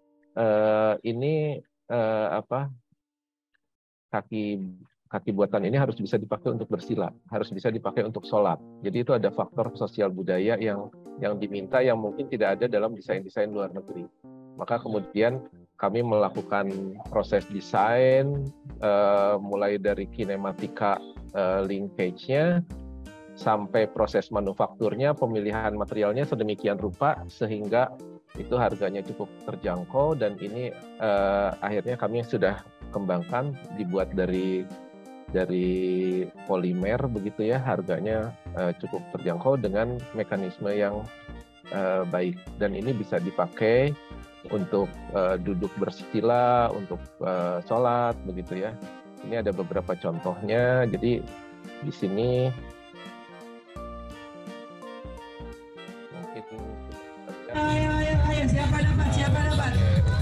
kaki buatan ini harus bisa dipakai untuk bersila, harus bisa dipakai untuk sholat. Jadi itu ada faktor sosial budaya yang diminta yang mungkin tidak ada dalam desain-desain luar negeri. Maka kemudian kami melakukan proses desain mulai dari kinematika linkage-nya sampai proses manufakturnya, pemilihan materialnya sedemikian rupa sehingga itu harganya cukup terjangkau dan ini akhirnya kami sudah kembangkan dibuat dari polimer begitu ya, harganya cukup terjangkau dengan mekanisme yang baik dan ini bisa dipakai untuk duduk bersila, untuk sholat begitu ya. Ini ada beberapa contohnya. Jadi di sini mungkin ayo siapa dapat?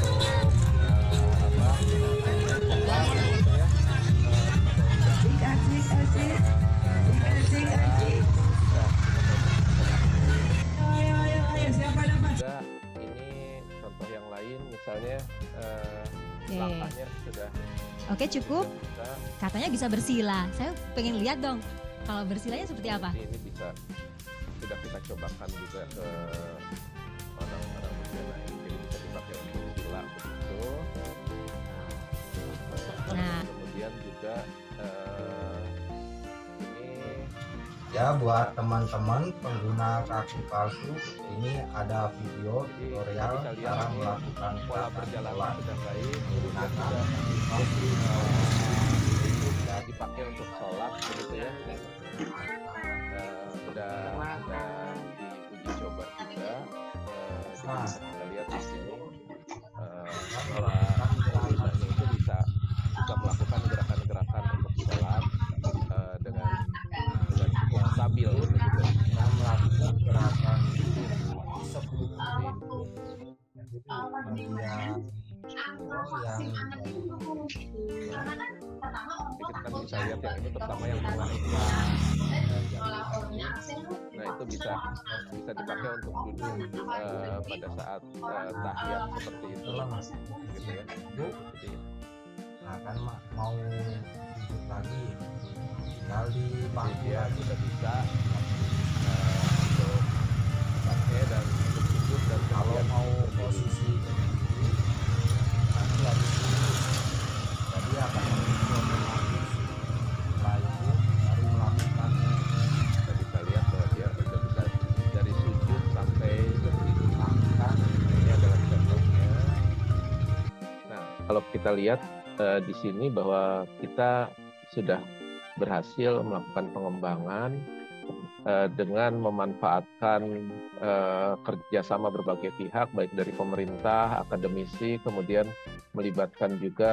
Ini contoh yang lain, misalnya langkahnya sudah. Oke, cukup. Katanya bisa bersila. Saya pengen lihat dong. Kalau bersilanya seperti apa? Ini bisa sudah kita cobakan juga ke orang-orang usia naik, jadi bisa dipakai untuk sila begitu. Nah, kemudian juga ini ya buat teman-teman pengguna kaki palsu, ini ada video tutorial cara melakukan pola perjalanan sudah baik, menggunakan kaki palsu palsu bisa dipakai untuk sholat begitu ya. Sudah diuji coba juga. Kita lihat di sini bahwa penggunanya itu bisa melakukan gerakan-gerakan untuk sholat dengan cukup stabil begitu. Kita melakukan gerakan 10 kita bisa lihat yang ini terutama yang tengah itu. Nah itu bisa dipakai untuk duduk pada saat tahiyat seperti itu, gitu ya. Nah kan mau duduk lagi, tinggal di bangku ya, lagi. sudah bisa untuk pakai dan untuk duduk, dan Kalau mau posisi berdiri nanti harus duduk, jadi akan menunjukkan lagi. Setelah itu baru melakukan. Kita bisa lihat bahwa dia sudah bisa dari sujud sampai berdiri. Ini adalah contohnya. Nah, kalau kita lihat di sini bahwa kita sudah berhasil melakukan pengembangan dengan memanfaatkan kerjasama berbagai pihak, baik dari pemerintah, akademisi, kemudian melibatkan juga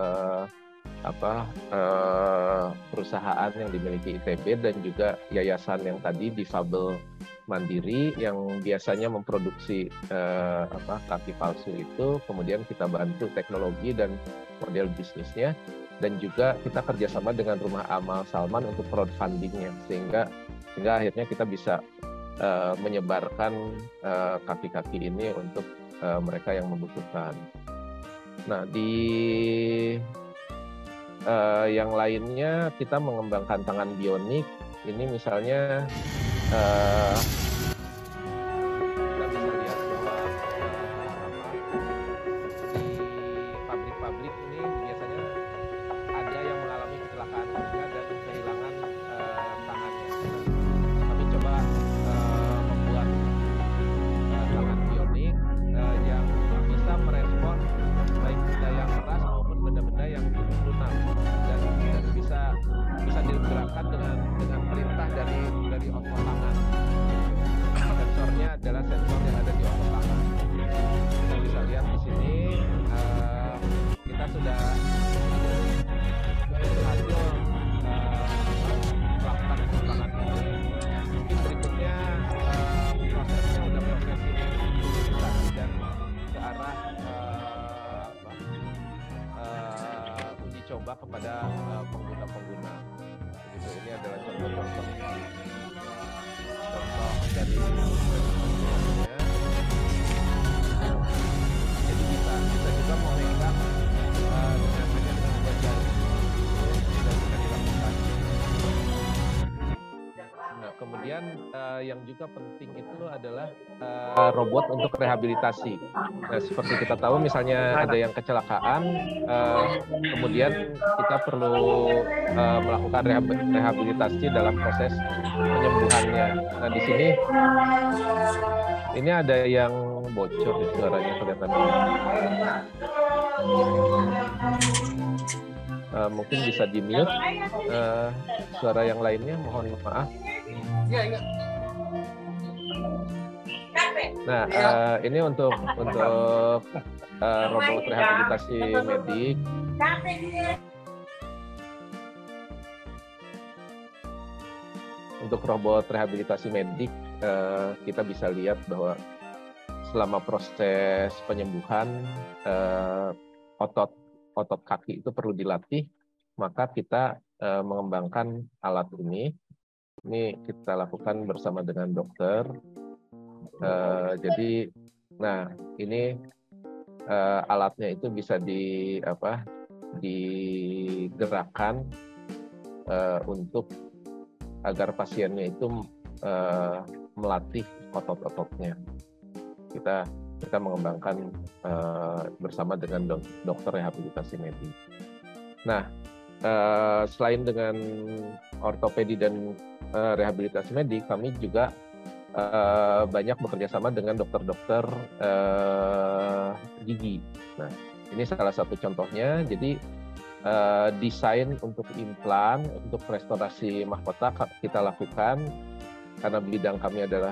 perusahaan yang dimiliki ITB dan juga yayasan yang tadi Difabel Mandiri yang biasanya memproduksi kaki palsu itu, kemudian kita bantu teknologi dan model bisnisnya, dan juga kita kerjasama dengan Rumah Amal Salman untuk crowdfundingnya, sehingga akhirnya kita bisa menyebarkan kaki-kaki ini untuk mereka yang membutuhkan. Nah, di yang lainnya kita mengembangkan tangan bionik. Ini misalnya kita bisa lihat bahwa di pabrik-pabrik ini biasanya ada yang mengalami kecelakaan kerja dan kehilangan tangannya. Kami coba membuat tangan bionik yang bisa merespon baik benda yang keras maupun benda-benda yang lunak, dan bisa digerakkan dengan perintah dari otot tangan. Sensornya adalah sensor yang ada di otot tangan. Kita bisa lihat di sini kita sudah berhasil melakukan pengembangan ini. Mungkin berikutnya prosesnya udah proses ini dan ke arah uji coba kepada pengguna-pengguna. Begitu, ini adalah contoh-contoh dari jadi kita juga memegang dengan dua jari sudah bisa dilakukan. Nah, kemudian yang juga penting itu adalah robot untuk rehabilitasi. Nah, seperti kita tahu misalnya ada yang kecelakaan, kemudian kita perlu melakukan rehabilitasi dalam proses penyembuhannya. Nah, di sini ini ada yang bocor di suaranya kelihatan. Mungkin bisa di-mute suara yang lainnya, mohon maaf. Nah, ini untuk robot rehabilitasi medik. Untuk robot rehabilitasi medik, kita bisa lihat bahwa selama proses penyembuhan, otot kaki itu perlu dilatih, maka kita mengembangkan alat ini. Ini kita lakukan bersama dengan dokter. Jadi, nah ini alatnya itu bisa digerakkan untuk agar pasiennya itu melatih otot-ototnya. Kita mengembangkan bersama dengan dokter rehabilitasi medik. Nah, selain dengan ortopedi dan rehabilitasi medik, kami juga banyak bekerja sama dengan dokter-dokter gigi. Nah, ini salah satu contohnya. Jadi desain untuk implan, untuk restorasi mahkota kita lakukan karena bidang kami adalah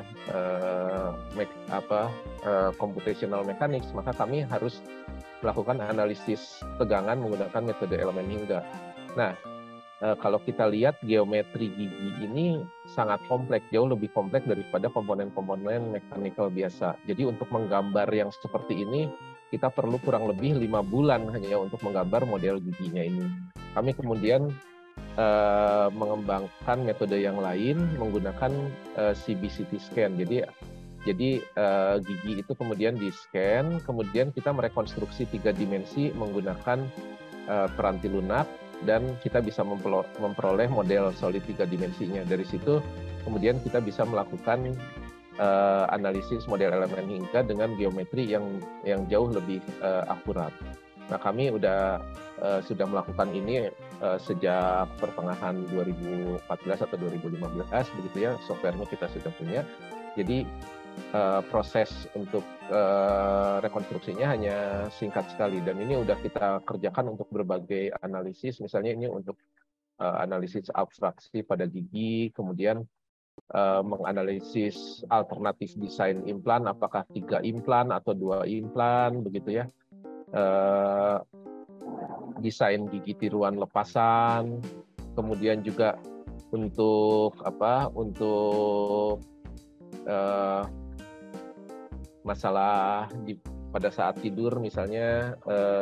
computational mechanics, maka kami harus melakukan analisis tegangan menggunakan metode elemen hingga. Nah, kalau kita lihat geometri gigi ini sangat kompleks, jauh lebih kompleks daripada komponen-komponen mekanikal biasa. Jadi untuk menggambar yang seperti ini, kita perlu kurang lebih 5 bulan hanya untuk menggambar model giginya ini. Kami kemudian mengembangkan metode yang lain menggunakan CBCT scan. Jadi gigi itu kemudian di-scan, kemudian kita merekonstruksi 3 dimensi menggunakan peranti lunak, dan kita bisa memperoleh model solid 3 dimensinya. Dari situ kemudian kita bisa melakukan analisis model elemen hingga dengan geometri yang jauh lebih akurat. Nah, kami sudah melakukan ini sejak pertengahan 2014 atau 2015 begitu ya, softwarenya kita sudah punya. Jadi proses untuk rekonstruksinya hanya singkat sekali, dan ini udah kita kerjakan untuk berbagai analisis. Misalnya ini untuk analisis abstraksi pada gigi, kemudian menganalisis alternatif desain implan, apakah 3 implan atau 2 implan begitu ya, desain gigi tiruan lepasan, kemudian juga untuk masalah pada saat tidur, misalnya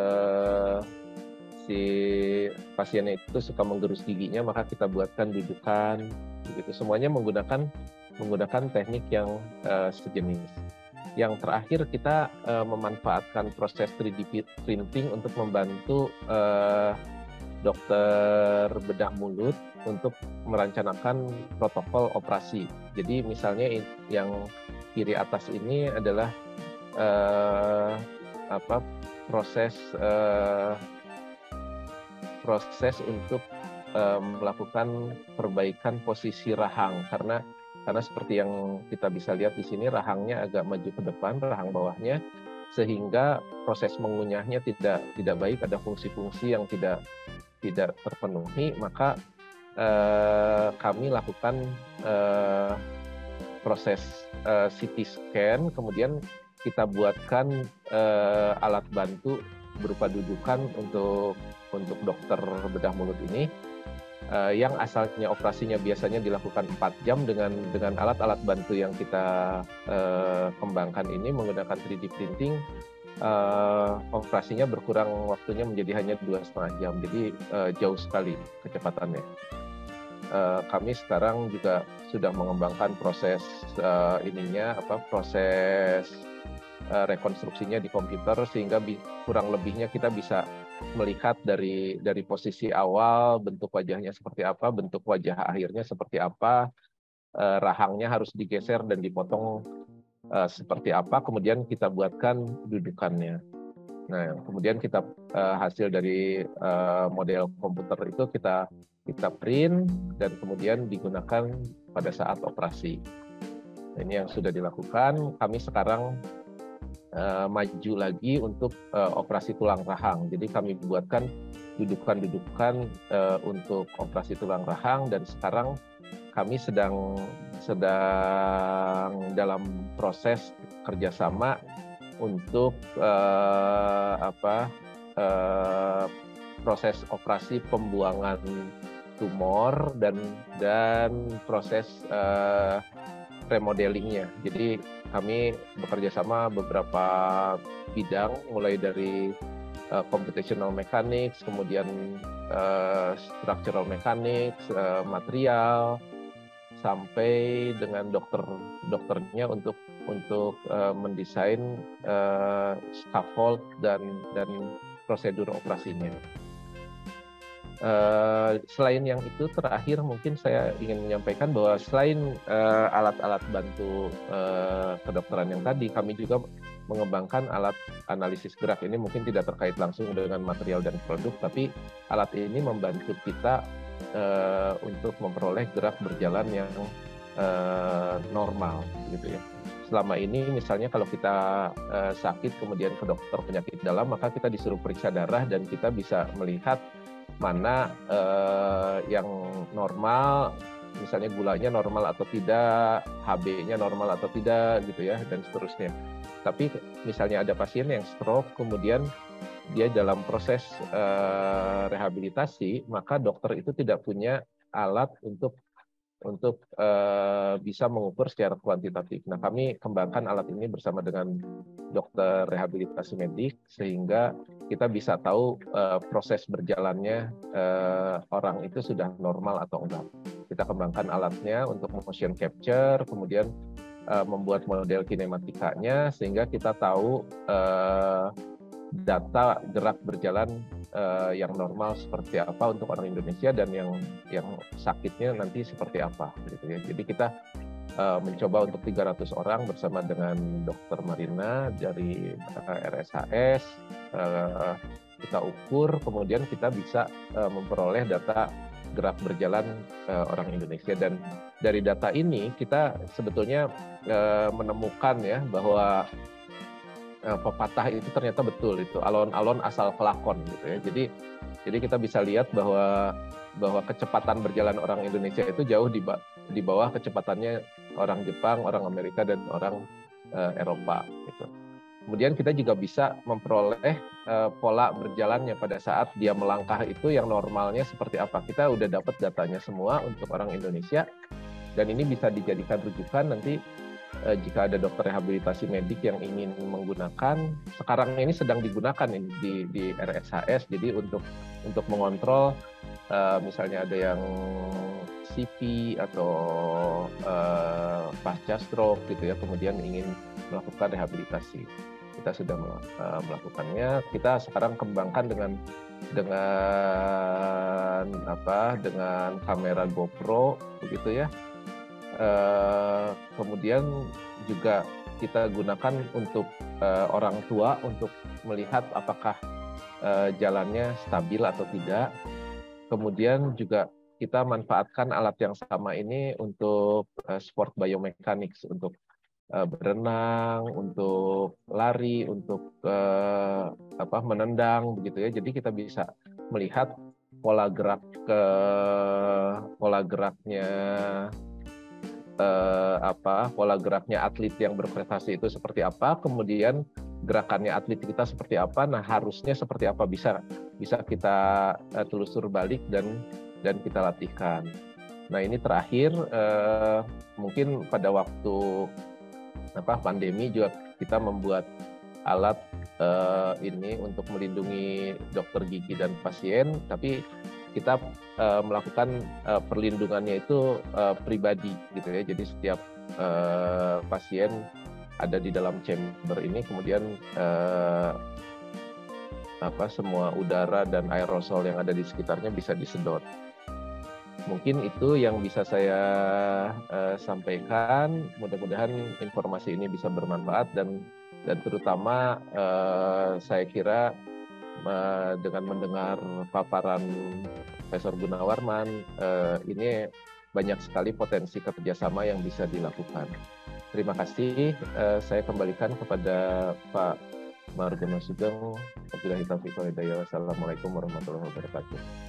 si pasiennya itu suka menggerus giginya, maka kita buatkan dudukan begitu. Semuanya menggunakan teknik yang sejenis. Yang terakhir, kita memanfaatkan proses 3D printing untuk membantu dokter bedah mulut untuk merancangkan protokol operasi. Jadi misalnya yang kiri atas ini adalah proses untuk melakukan perbaikan posisi rahang, karena seperti yang kita bisa lihat di sini, rahangnya agak maju ke depan, rahang bawahnya, sehingga proses mengunyahnya tidak baik, ada fungsi-fungsi yang tidak terpenuhi. Maka kami lakukan proses CT scan, kemudian kita buatkan alat bantu berupa dudukan untuk dokter bedah mulut ini, yang asalnya operasinya biasanya dilakukan 4 jam dengan alat-alat bantu yang kita kembangkan ini menggunakan 3D printing. Operasinya berkurang waktunya menjadi hanya 2,5 jam, jadi jauh sekali kecepatannya. Kami sekarang juga sudah mengembangkan proses proses rekonstruksinya di komputer, sehingga kurang lebihnya kita bisa melihat dari posisi awal bentuk wajahnya seperti apa, bentuk wajah akhirnya seperti apa, rahangnya harus digeser dan dipotong seperti apa, kemudian kita buatkan dudukannya. Nah, kemudian kita hasil dari model komputer itu kita print dan kemudian digunakan pada saat operasi. Nah, ini yang sudah dilakukan. Kami sekarang maju lagi untuk operasi tulang rahang. Jadi kami buatkan dudukan-dudukan untuk operasi tulang rahang, dan sekarang kami sedang dalam proses bekerja sama untuk proses operasi pembuangan tumor dan proses remodelingnya. Jadi kami bekerja sama beberapa bidang, mulai dari computational mechanics, kemudian structural mechanics, material, sampai dengan dokternya untuk mendesain scaffold dan prosedur operasinya. Selain yang itu, terakhir mungkin saya ingin menyampaikan bahwa selain alat-alat bantu kedokteran yang tadi, kami juga mengembangkan alat analisis gerak. Ini mungkin tidak terkait langsung dengan material dan produk, tapi alat ini membantu kita untuk memperoleh gerak berjalan yang normal, gitu ya. Selama ini misalnya kalau kita sakit kemudian ke dokter penyakit dalam, maka kita disuruh periksa darah dan kita bisa melihat mana yang normal, misalnya gulanya normal atau tidak, HB-nya normal atau tidak, gitu ya, dan seterusnya. Tapi misalnya ada pasien yang stroke, kemudian dia dalam proses rehabilitasi, maka dokter itu tidak punya alat untuk bisa mengukur secara kuantitatif. Nah, kami kembangkan alat ini bersama dengan dokter rehabilitasi medik, sehingga kita bisa tahu proses berjalannya orang itu sudah normal atau enggak. Kita kembangkan alatnya untuk motion capture, kemudian membuat model kinematikanya, sehingga kita tahu data gerak berjalan yang normal seperti apa untuk orang Indonesia dan yang sakitnya nanti seperti apa, gitu ya. Jadi kita mencoba untuk 300 orang bersama dengan Dr. Marina dari RSHS, kita ukur, kemudian kita bisa memperoleh data gerak berjalan orang Indonesia, dan dari data ini kita sebetulnya menemukan ya bahwa pepatah itu ternyata betul, itu alon-alon asal kelakon, gitu ya. Jadi kita bisa lihat bahwa kecepatan berjalan orang Indonesia itu jauh di bawah kecepatannya orang Jepang, orang Amerika, dan orang Eropa, gitu. Kemudian kita juga bisa memperoleh pola berjalannya pada saat dia melangkah itu yang normalnya seperti apa. Kita udah dapat datanya semua untuk orang Indonesia, dan ini bisa dijadikan rujukan nanti jika ada dokter rehabilitasi medik yang ingin menggunakan. Sekarang ini sedang digunakan ini di RSHS, jadi untuk mengontrol misalnya ada yang CP atau pasca stroke, gitu ya, kemudian ingin melakukan rehabilitasi. Kita sudah melakukannya. Kita sekarang kembangkan dengan kamera GoPro, begitu ya. Kemudian juga kita gunakan untuk orang tua untuk melihat apakah jalannya stabil atau tidak. Kemudian juga kita manfaatkan alat yang sama ini untuk sport biomechanics, untuk berenang, untuk lari, untuk menendang, begitu ya. Jadi kita bisa melihat pola geraknya atlet yang berprestasi itu seperti apa, kemudian gerakannya atlet kita seperti apa. Nah, harusnya seperti apa, bisa kita telusur balik dan kita latihkan. Nah, ini terakhir mungkin pada waktu pandemi juga kita membuat alat ini untuk melindungi dokter gigi dan pasien, tapi kita melakukan perlindungannya itu pribadi, gitu ya. Jadi setiap pasien ada di dalam chamber ini, kemudian semua udara dan aerosol yang ada di sekitarnya bisa disedot. Mungkin itu yang bisa saya sampaikan. Mudah-mudahan informasi ini bisa bermanfaat, dan terutama saya kira dengan mendengar paparan Profesor Gunawarman, ini banyak sekali potensi kerjasama yang bisa dilakukan. Terima kasih. Saya kembalikan kepada Pak Margono Sugeng. Wabillahi taufiq wal hidayah. Wassalamualaikum warahmatullahi wabarakatuh.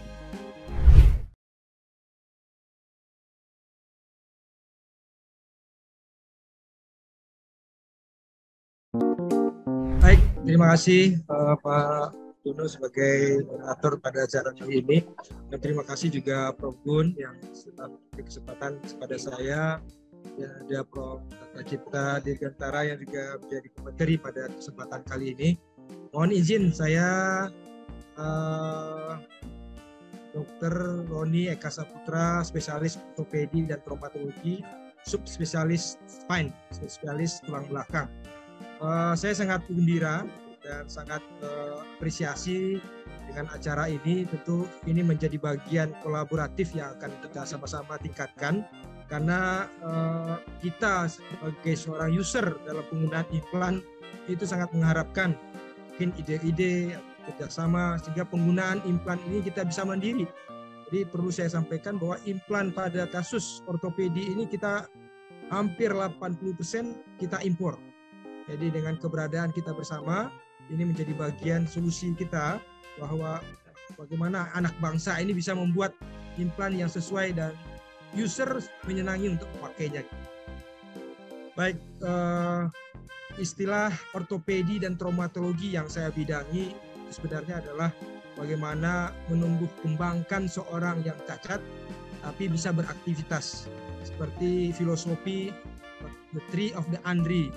Baik, terima kasih Pak Dono sebagai moderator pada acara kali ini, dan terima kasih juga Prof Gun yang sudah memberi kesempatan kepada saya, dan ada Prof Tata Cipta Dirgantara yang juga menjadi pemateri pada kesempatan kali ini. Mohon izin saya Dr. Roni Eka Saputra, spesialis ortopedi dan traumatologi, subspesialis spine, spesialis tulang belakang. Saya sangat gembira dan sangat apresiasi dengan acara ini. Tentu ini menjadi bagian kolaboratif yang akan kita sama-sama tingkatkan, karena kita sebagai seorang user dalam penggunaan implan itu sangat mengharapkan mungkin ide-ide kerjasama sehingga penggunaan implan ini kita bisa mandiri. Jadi perlu saya sampaikan bahwa implan pada kasus ortopedi ini kita hampir 80% kita impor. Jadi dengan keberadaan kita bersama, ini menjadi bagian solusi kita bahwa bagaimana anak bangsa ini bisa membuat implan yang sesuai dan user menyenangi untuk memakainya. Baik, istilah ortopedi dan traumatologi yang saya bidangi sebenarnya adalah bagaimana menumbuh kembangkan seorang yang cacat tapi bisa beraktivitas, seperti filosofi The Tree of the Andri,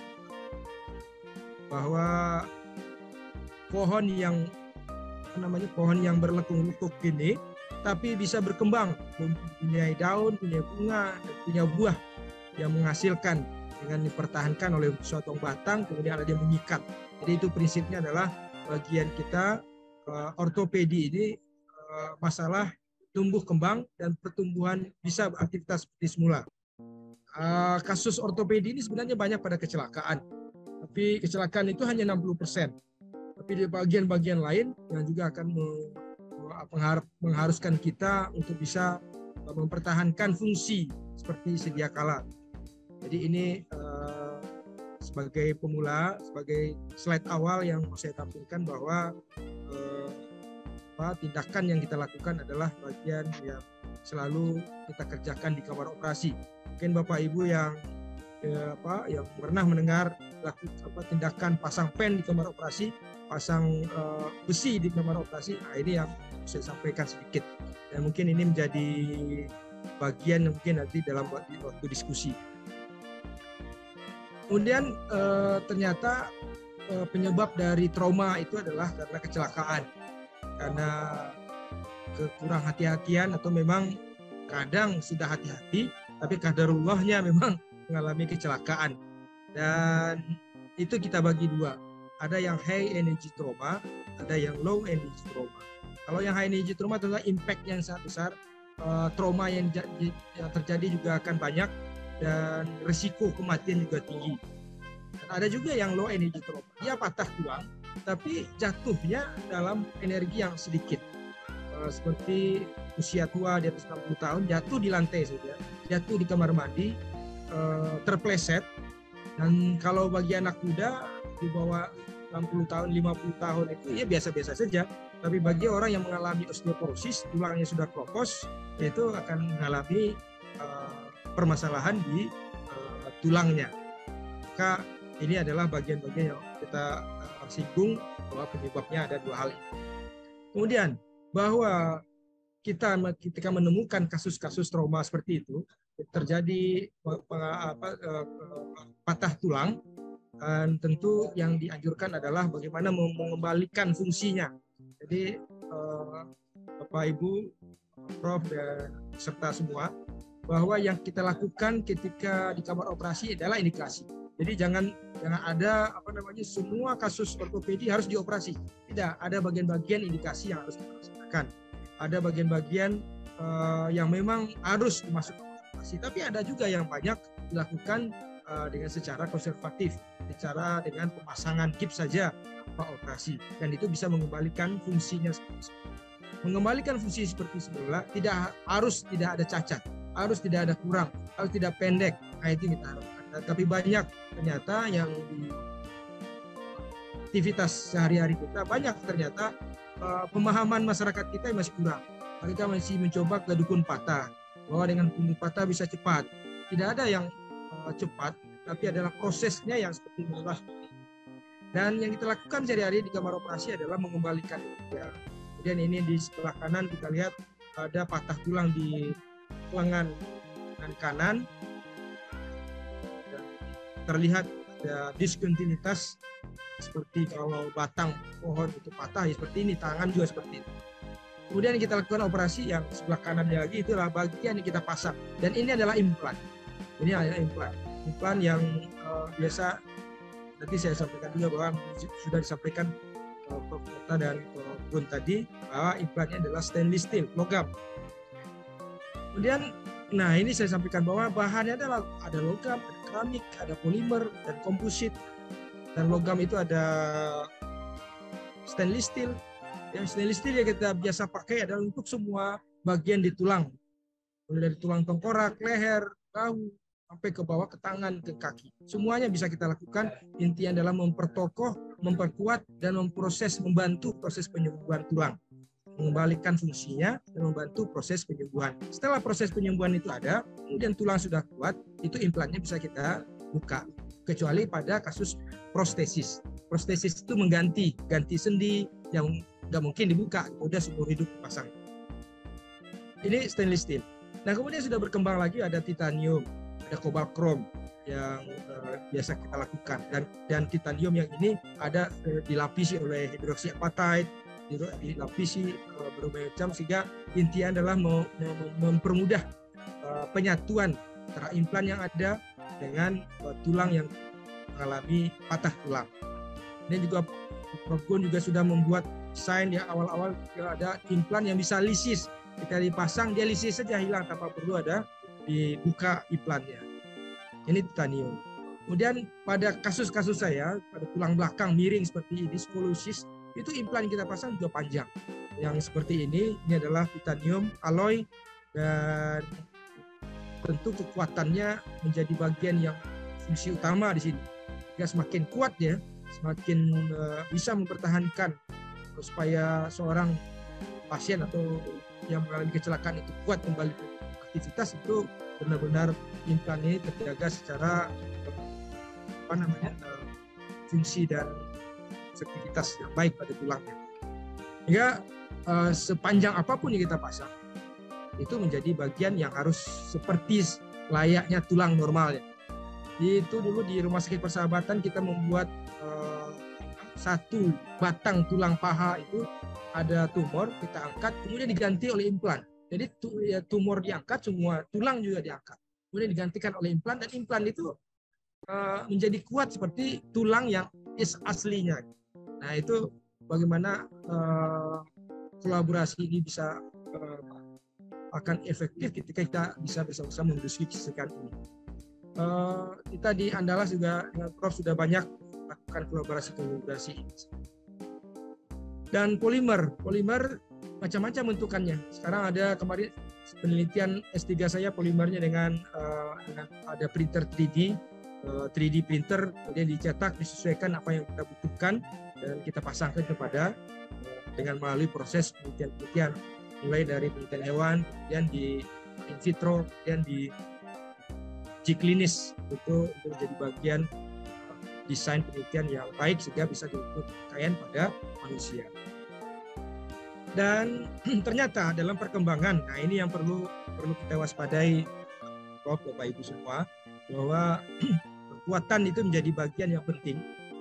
bahwa pohon yang berlekung-lekuk gini tapi bisa berkembang, mempunyai daun, punya bunga, dan punya buah yang menghasilkan dengan dipertahankan oleh suatu batang, kemudian ada yang mengikat. Jadi itu prinsipnya adalah bagian kita ortopedi ini masalah tumbuh kembang dan pertumbuhan bisa beraktivitas seperti semula. Kasus ortopedi ini sebenarnya banyak pada kecelakaan, tapi kecelakaan itu hanya 60%. Tapi di bagian-bagian lain yang juga akan mengharuskan kita untuk bisa mempertahankan fungsi seperti sedia kala. Jadi ini sebagai pemula, sebagai slide awal yang mau saya tampilkan bahwa tindakan yang kita lakukan adalah bagian yang selalu kita kerjakan di kamar operasi. Mungkin Bapak Ibu yang pernah mendengar tindakan pasang pen di kamar operasi, pasang besi di kamar operasi, ini yang saya sampaikan sedikit. Dan mungkin ini menjadi bagian mungkin nanti dalam waktu diskusi. Kemudian ternyata penyebab dari trauma itu adalah karena kecelakaan, karena kekurang hati-hatian, atau memang kadang sudah hati-hati tapi kaderullahnya memang mengalami kecelakaan. Dan itu kita bagi dua, ada yang high energy trauma, ada yang low energy trauma. Kalau yang high energy trauma adalah impact yang sangat besar, trauma yang terjadi juga akan banyak, dan risiko kematian juga tinggi. Dan ada juga yang low energy trauma, dia patah tulang tapi jatuhnya dalam energi yang sedikit, seperti usia tua di atas 60 tahun jatuh di lantai saja, jatuh di kamar mandi, terpleset. Dan kalau bagi anak muda di bawah 60 tahun, 50 tahun itu ya biasa-biasa saja. Tapi bagi orang yang mengalami osteoporosis, tulangnya sudah keropos, itu akan mengalami permasalahan di tulangnya. Maka ini adalah bagian-bagian yang kita singgung bahwa penyebabnya ada dua hal ini. Kemudian bahwa kita ketika menemukan kasus-kasus trauma seperti itu, terjadi patah tulang, dan tentu yang dianjurkan adalah bagaimana mengembalikan fungsinya. Jadi Bapak Ibu, Prof dan serta semua, bahwa yang kita lakukan ketika di kamar operasi adalah indikasi. Jadi jangan ada semua kasus ortopedi harus dioperasi. Tidak, ada bagian-bagian indikasi yang harus dilaksanakan. Ada bagian-bagian yang memang harus dimasukkan operasi, tapi ada juga yang banyak dilakukan dengan secara konservatif, secara dengan pemasangan gips saja operasi, dan itu bisa mengembalikan fungsinya seperti semula. Mengembalikan fungsi seperti semula tidak ada cacat, harus tidak ada kurang, harus tidak pendek. Nah itu kita harapkan. Tapi banyak ternyata yang di aktivitas sehari-hari kita, banyak ternyata pemahaman masyarakat kita masih kurang. Mereka masih mencoba ke dukun patah, bahwa dengan dukun patah bisa cepat. Tidak ada yang cepat, tapi adalah prosesnya yang seperti itulah Dan yang kita lakukan sehari-hari di kamar operasi adalah mengembalikan ya. Kemudian ini di sebelah kanan kita lihat ada patah tulang di lengan kanan. Dan terlihat ada diskontinuitas seperti kalau batang pohon itu patah ya seperti ini, tangan juga seperti itu. Kemudian kita lakukan operasi yang sebelah kanannya lagi, itulah bagian yang kita pasang. Dan ini adalah implan. Ini adalah implan. Implan yang biasa nanti saya sampaikan juga bahwa sudah disampaikan Prof. Mota dan Prof. Gun tadi bahwa implannya adalah stainless steel, logam. Kemudian, nah ini saya sampaikan bahwa bahannya adalah ada logam, ada keramik, ada polimer, dan komposit. Dan logam itu ada stainless steel. Yang stainless steel yang kita biasa pakai adalah untuk semua bagian di tulang. Mulai dari tulang tengkorak, leher, bahu, sampai ke bawah, ke tangan, ke kaki. Semuanya bisa kita lakukan. Intinya adalah memperkokoh, memperkuat, dan membantu proses penyembuhan tulang. Mengembalikan fungsinya dan membantu proses penyembuhan. Setelah proses penyembuhan itu ada, kemudian tulang sudah kuat, itu implannya bisa kita buka. Kecuali pada kasus prostesis. Prostesis itu ganti sendi yang nggak mungkin dibuka, udah seumur hidup dipasang. Ini stainless steel. Nah kemudian sudah berkembang lagi ada titanium, ada kobalt krom yang biasa kita lakukan, dan titanium yang ini ada dilapisi oleh hidroksiapatite, dilapisi berbagai macam, sehingga intinya adalah mempermudah penyatuan antara implan yang ada dengan tulang yang mengalami patah tulang. Ini juga Prof. Gun juga sudah membuat desain ya awal-awal ada implan yang bisa lisis, kita dipasang dia lisis saja hilang tanpa perlu ada dibuka implannya. Ini titanium. Kemudian pada kasus-kasus saya, pada tulang belakang miring seperti ini, skolosis, itu implan yang kita pasang juga panjang. Yang seperti ini adalah titanium alloy, dan tentu kekuatannya menjadi bagian yang fungsi utama di sini. Jika semakin kuat ya, semakin bisa mempertahankan supaya seorang pasien atau yang mengalami kecelakaan itu kuat kembali ke aktivitas, itu benar-benar implan ini terjaga secara fungsi dan efektivitas yang baik pada tulangnya. Hingga sepanjang apapun yang kita pasang itu menjadi bagian yang harus seperti layaknya tulang normalnya. Itu dulu di Rumah Sakit Persahabatan kita membuat satu batang tulang paha itu ada tumor, kita angkat, kemudian diganti oleh implan. Jadi tumor diangkat, semua tulang juga diangkat. Kemudian digantikan oleh implan, dan implan itu menjadi kuat seperti tulang yang aslinya. Nah itu bagaimana kolaborasi ini bisa akan efektif ketika kita bisa bersama-sama mendiskusikan ini. Kita di Andalas juga dengan Prof sudah banyak melakukan kolaborasi. Dan polimer macam-macam bentukannya. Sekarang ada kemarin penelitian S3 saya polimernya dengan ada printer 3D printer, kemudian dicetak disesuaikan apa yang kita butuhkan dan kita pasangkan kepada dengan melalui proses penelitian mulai dari penelitian hewan, kemudian di in vitro, kemudian di uji klinis, itu menjadi bagian desain penelitian yang baik sehingga bisa diukur pemakaian pada manusia. Dan ternyata dalam perkembangan, nah ini yang perlu kita waspadai, Prof, Bapak Ibu semua, bahwa kekuatan itu menjadi bagian yang penting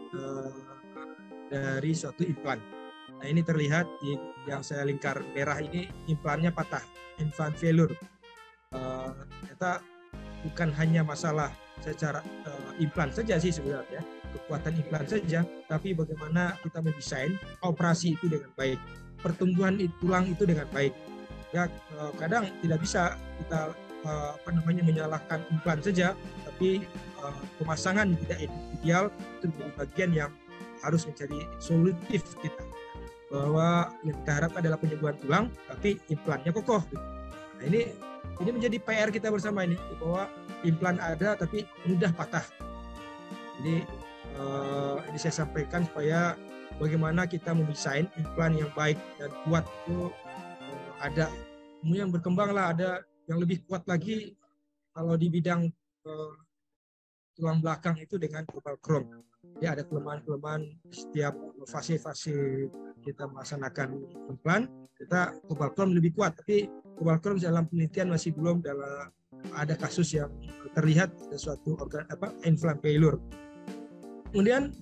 dari suatu implan. Nah ini terlihat di yang saya lingkar merah ini, implannya patah, implan failure. Ternyata bukan hanya masalah secara implan saja sih sebenarnya, kekuatan implan saja, tapi bagaimana kita mendesain operasi itu dengan baik, pertumbuhan tulang itu dengan baik. Ya kadang tidak bisa kita menyalahkan implan saja, tapi pemasangan tidak ideal itu menjadi bagian yang harus mencari solutif kita, bahwa yang kita harapkan adalah penyembuhan tulang tapi implannya kokoh. Nah ini menjadi PR kita bersama ini, bahwa implan ada tapi mudah patah. Jadi ini saya sampaikan supaya bagaimana kita mendesain implan yang baik dan kuat itu ada. Kemudian berkembanglah ada yang lebih kuat lagi kalau di bidang tulang belakang itu dengan global chrome. Ya, ada kelemahan-kelemahan setiap fase-fase kita melaksanakan implan, kita global chrome lebih kuat, tapi global chrome dalam penelitian masih belum ada kasus yang terlihat ada suatu organ implant failure. Kemudian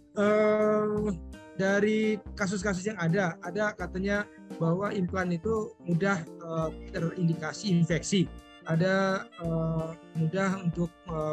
dari kasus-kasus yang ada katanya bahwa implan itu mudah terindikasi infeksi, ada mudah untuk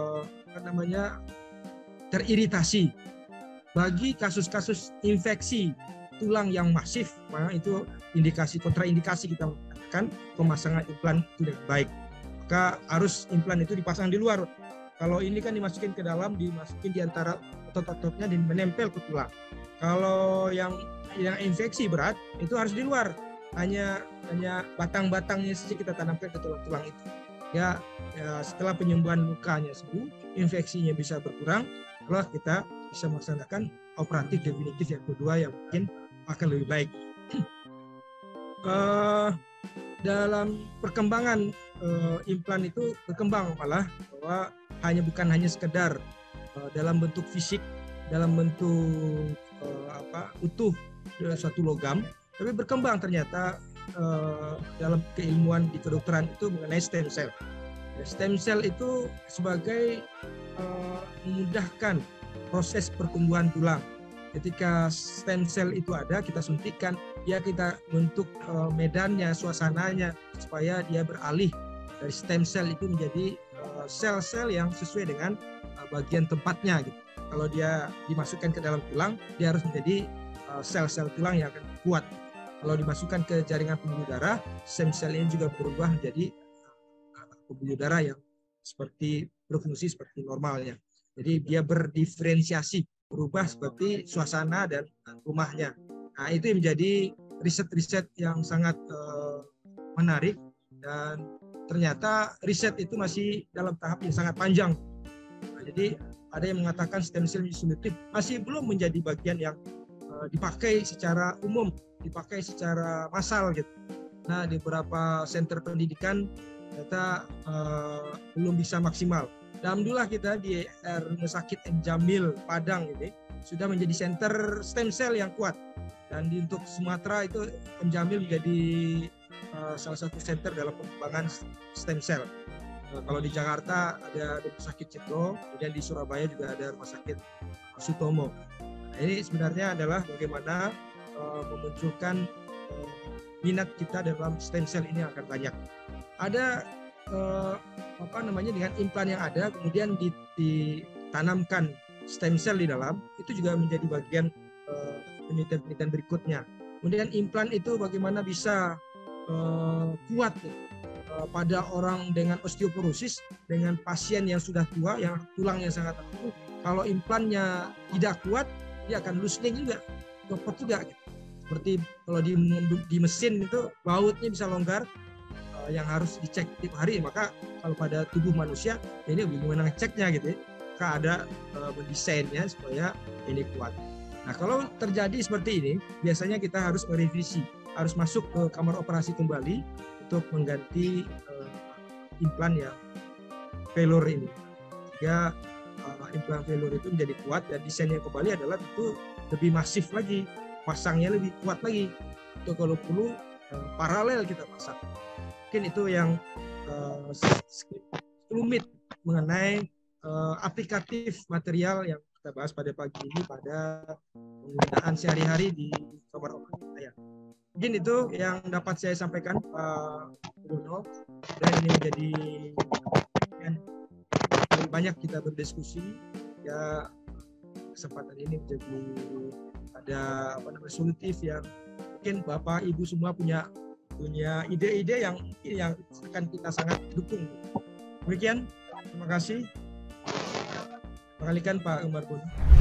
teriritasi. Bagi kasus-kasus infeksi tulang yang masif, maka itu kontraindikasi kita mengatakan pemasangan implan itu dengan baik. Maka harus implan itu dipasang di luar. Kalau ini kan dimasukin ke dalam, dimasukin di antara otot-ototnya dan menempel ke tulang. Kalau yang infeksi berat itu harus di luar, hanya batang-batangnya saja kita tanamkan ke tulang-tulang itu. Ya, setelah penyembuhan lukanya sembuh, infeksinya bisa berkurang, kalau kita bisa melaksanakan operatif definitif yang kedua yang mungkin akan lebih baik. Dalam perkembangan implan itu berkembang malah bahwa bukan hanya sekedar dalam bentuk fisik, dalam bentuk utuh suatu logam, tapi berkembang ternyata dalam keilmuan di kedokteran itu mengenai stem cell. Stem cell itu sebagai memudahkan proses pertumbuhan tulang. Ketika stem cell itu ada, kita suntikkan, ya kita bentuk medannya, suasananya, supaya dia beralih dari stem cell itu menjadi sel-sel yang sesuai dengan bagian tempatnya. Gitu. Kalau dia dimasukkan ke dalam tulang, dia harus menjadi sel-sel tulang yang akan kuat. Kalau dimasukkan ke jaringan pembuluh darah, stem cell ini juga berubah menjadi pembuluh darah yang berfungsi seperti normalnya. Jadi dia berdiferensiasi, berubah seperti suasana dan rumahnya. Nah, itu yang menjadi riset-riset yang sangat menarik, dan ternyata riset itu masih dalam tahap yang sangat panjang. Nah, jadi ada yang mengatakan stem cell solutif masih belum menjadi bagian yang dipakai secara umum, dipakai secara massal gitu. Nah, di beberapa center pendidikan ternyata belum bisa maksimal. Alhamdulillah kita di Rumah Sakit M. Jamil Padang ini sudah menjadi center stem cell yang kuat, dan untuk Sumatera itu M. Jamil menjadi salah satu center dalam pengembangan stem cell. Kalau di Jakarta ada Rumah Sakit Cipto, kemudian di Surabaya juga ada Rumah Sakit Sutomo. Nah, ini sebenarnya adalah bagaimana memunculkan minat kita dalam stem cell ini akan banyak. Ada dengan implan yang ada, kemudian ditanamkan stem cell di dalam, itu juga menjadi bagian penelitian berikutnya. Kemudian implan itu bagaimana bisa kuat pada orang dengan osteoporosis, dengan pasien yang sudah tua, yang tulangnya sangat rapuh. Kalau implannya tidak kuat, dia akan loosening juga, copot juga. Seperti kalau di mesin itu bautnya bisa longgar, yang harus dicek tiap hari. Maka kalau pada tubuh manusia, ini bagaimana ngeceknya gitu ya. Maka ada mendesainnya supaya ini kuat. Nah, kalau terjadi seperti ini, biasanya kita harus merevisi, harus masuk ke kamar operasi kembali untuk mengganti implan yang failure ini. Sehingga implan failure itu menjadi kuat, dan desainnya kembali adalah tentu lebih masif lagi, pasangnya lebih kuat lagi. Atau kalau perlu paralel kita pasang. Mungkin itu yang rumit mengenai aplikatif material yang kita bahas pada pagi ini pada penggunaan sehari-hari di kamar operasi saya. Mungkin itu yang dapat saya sampaikan, Pak Bruno. Dan ini menjadi lebih banyak kita berdiskusi. Ya, kesempatan ini menjadi ada solutif yang mungkin Bapak Ibu semua punya ide-ide yang akan kita sangat dukung. Demikian, terima kasih. Kembalikan Pak Umar Bun.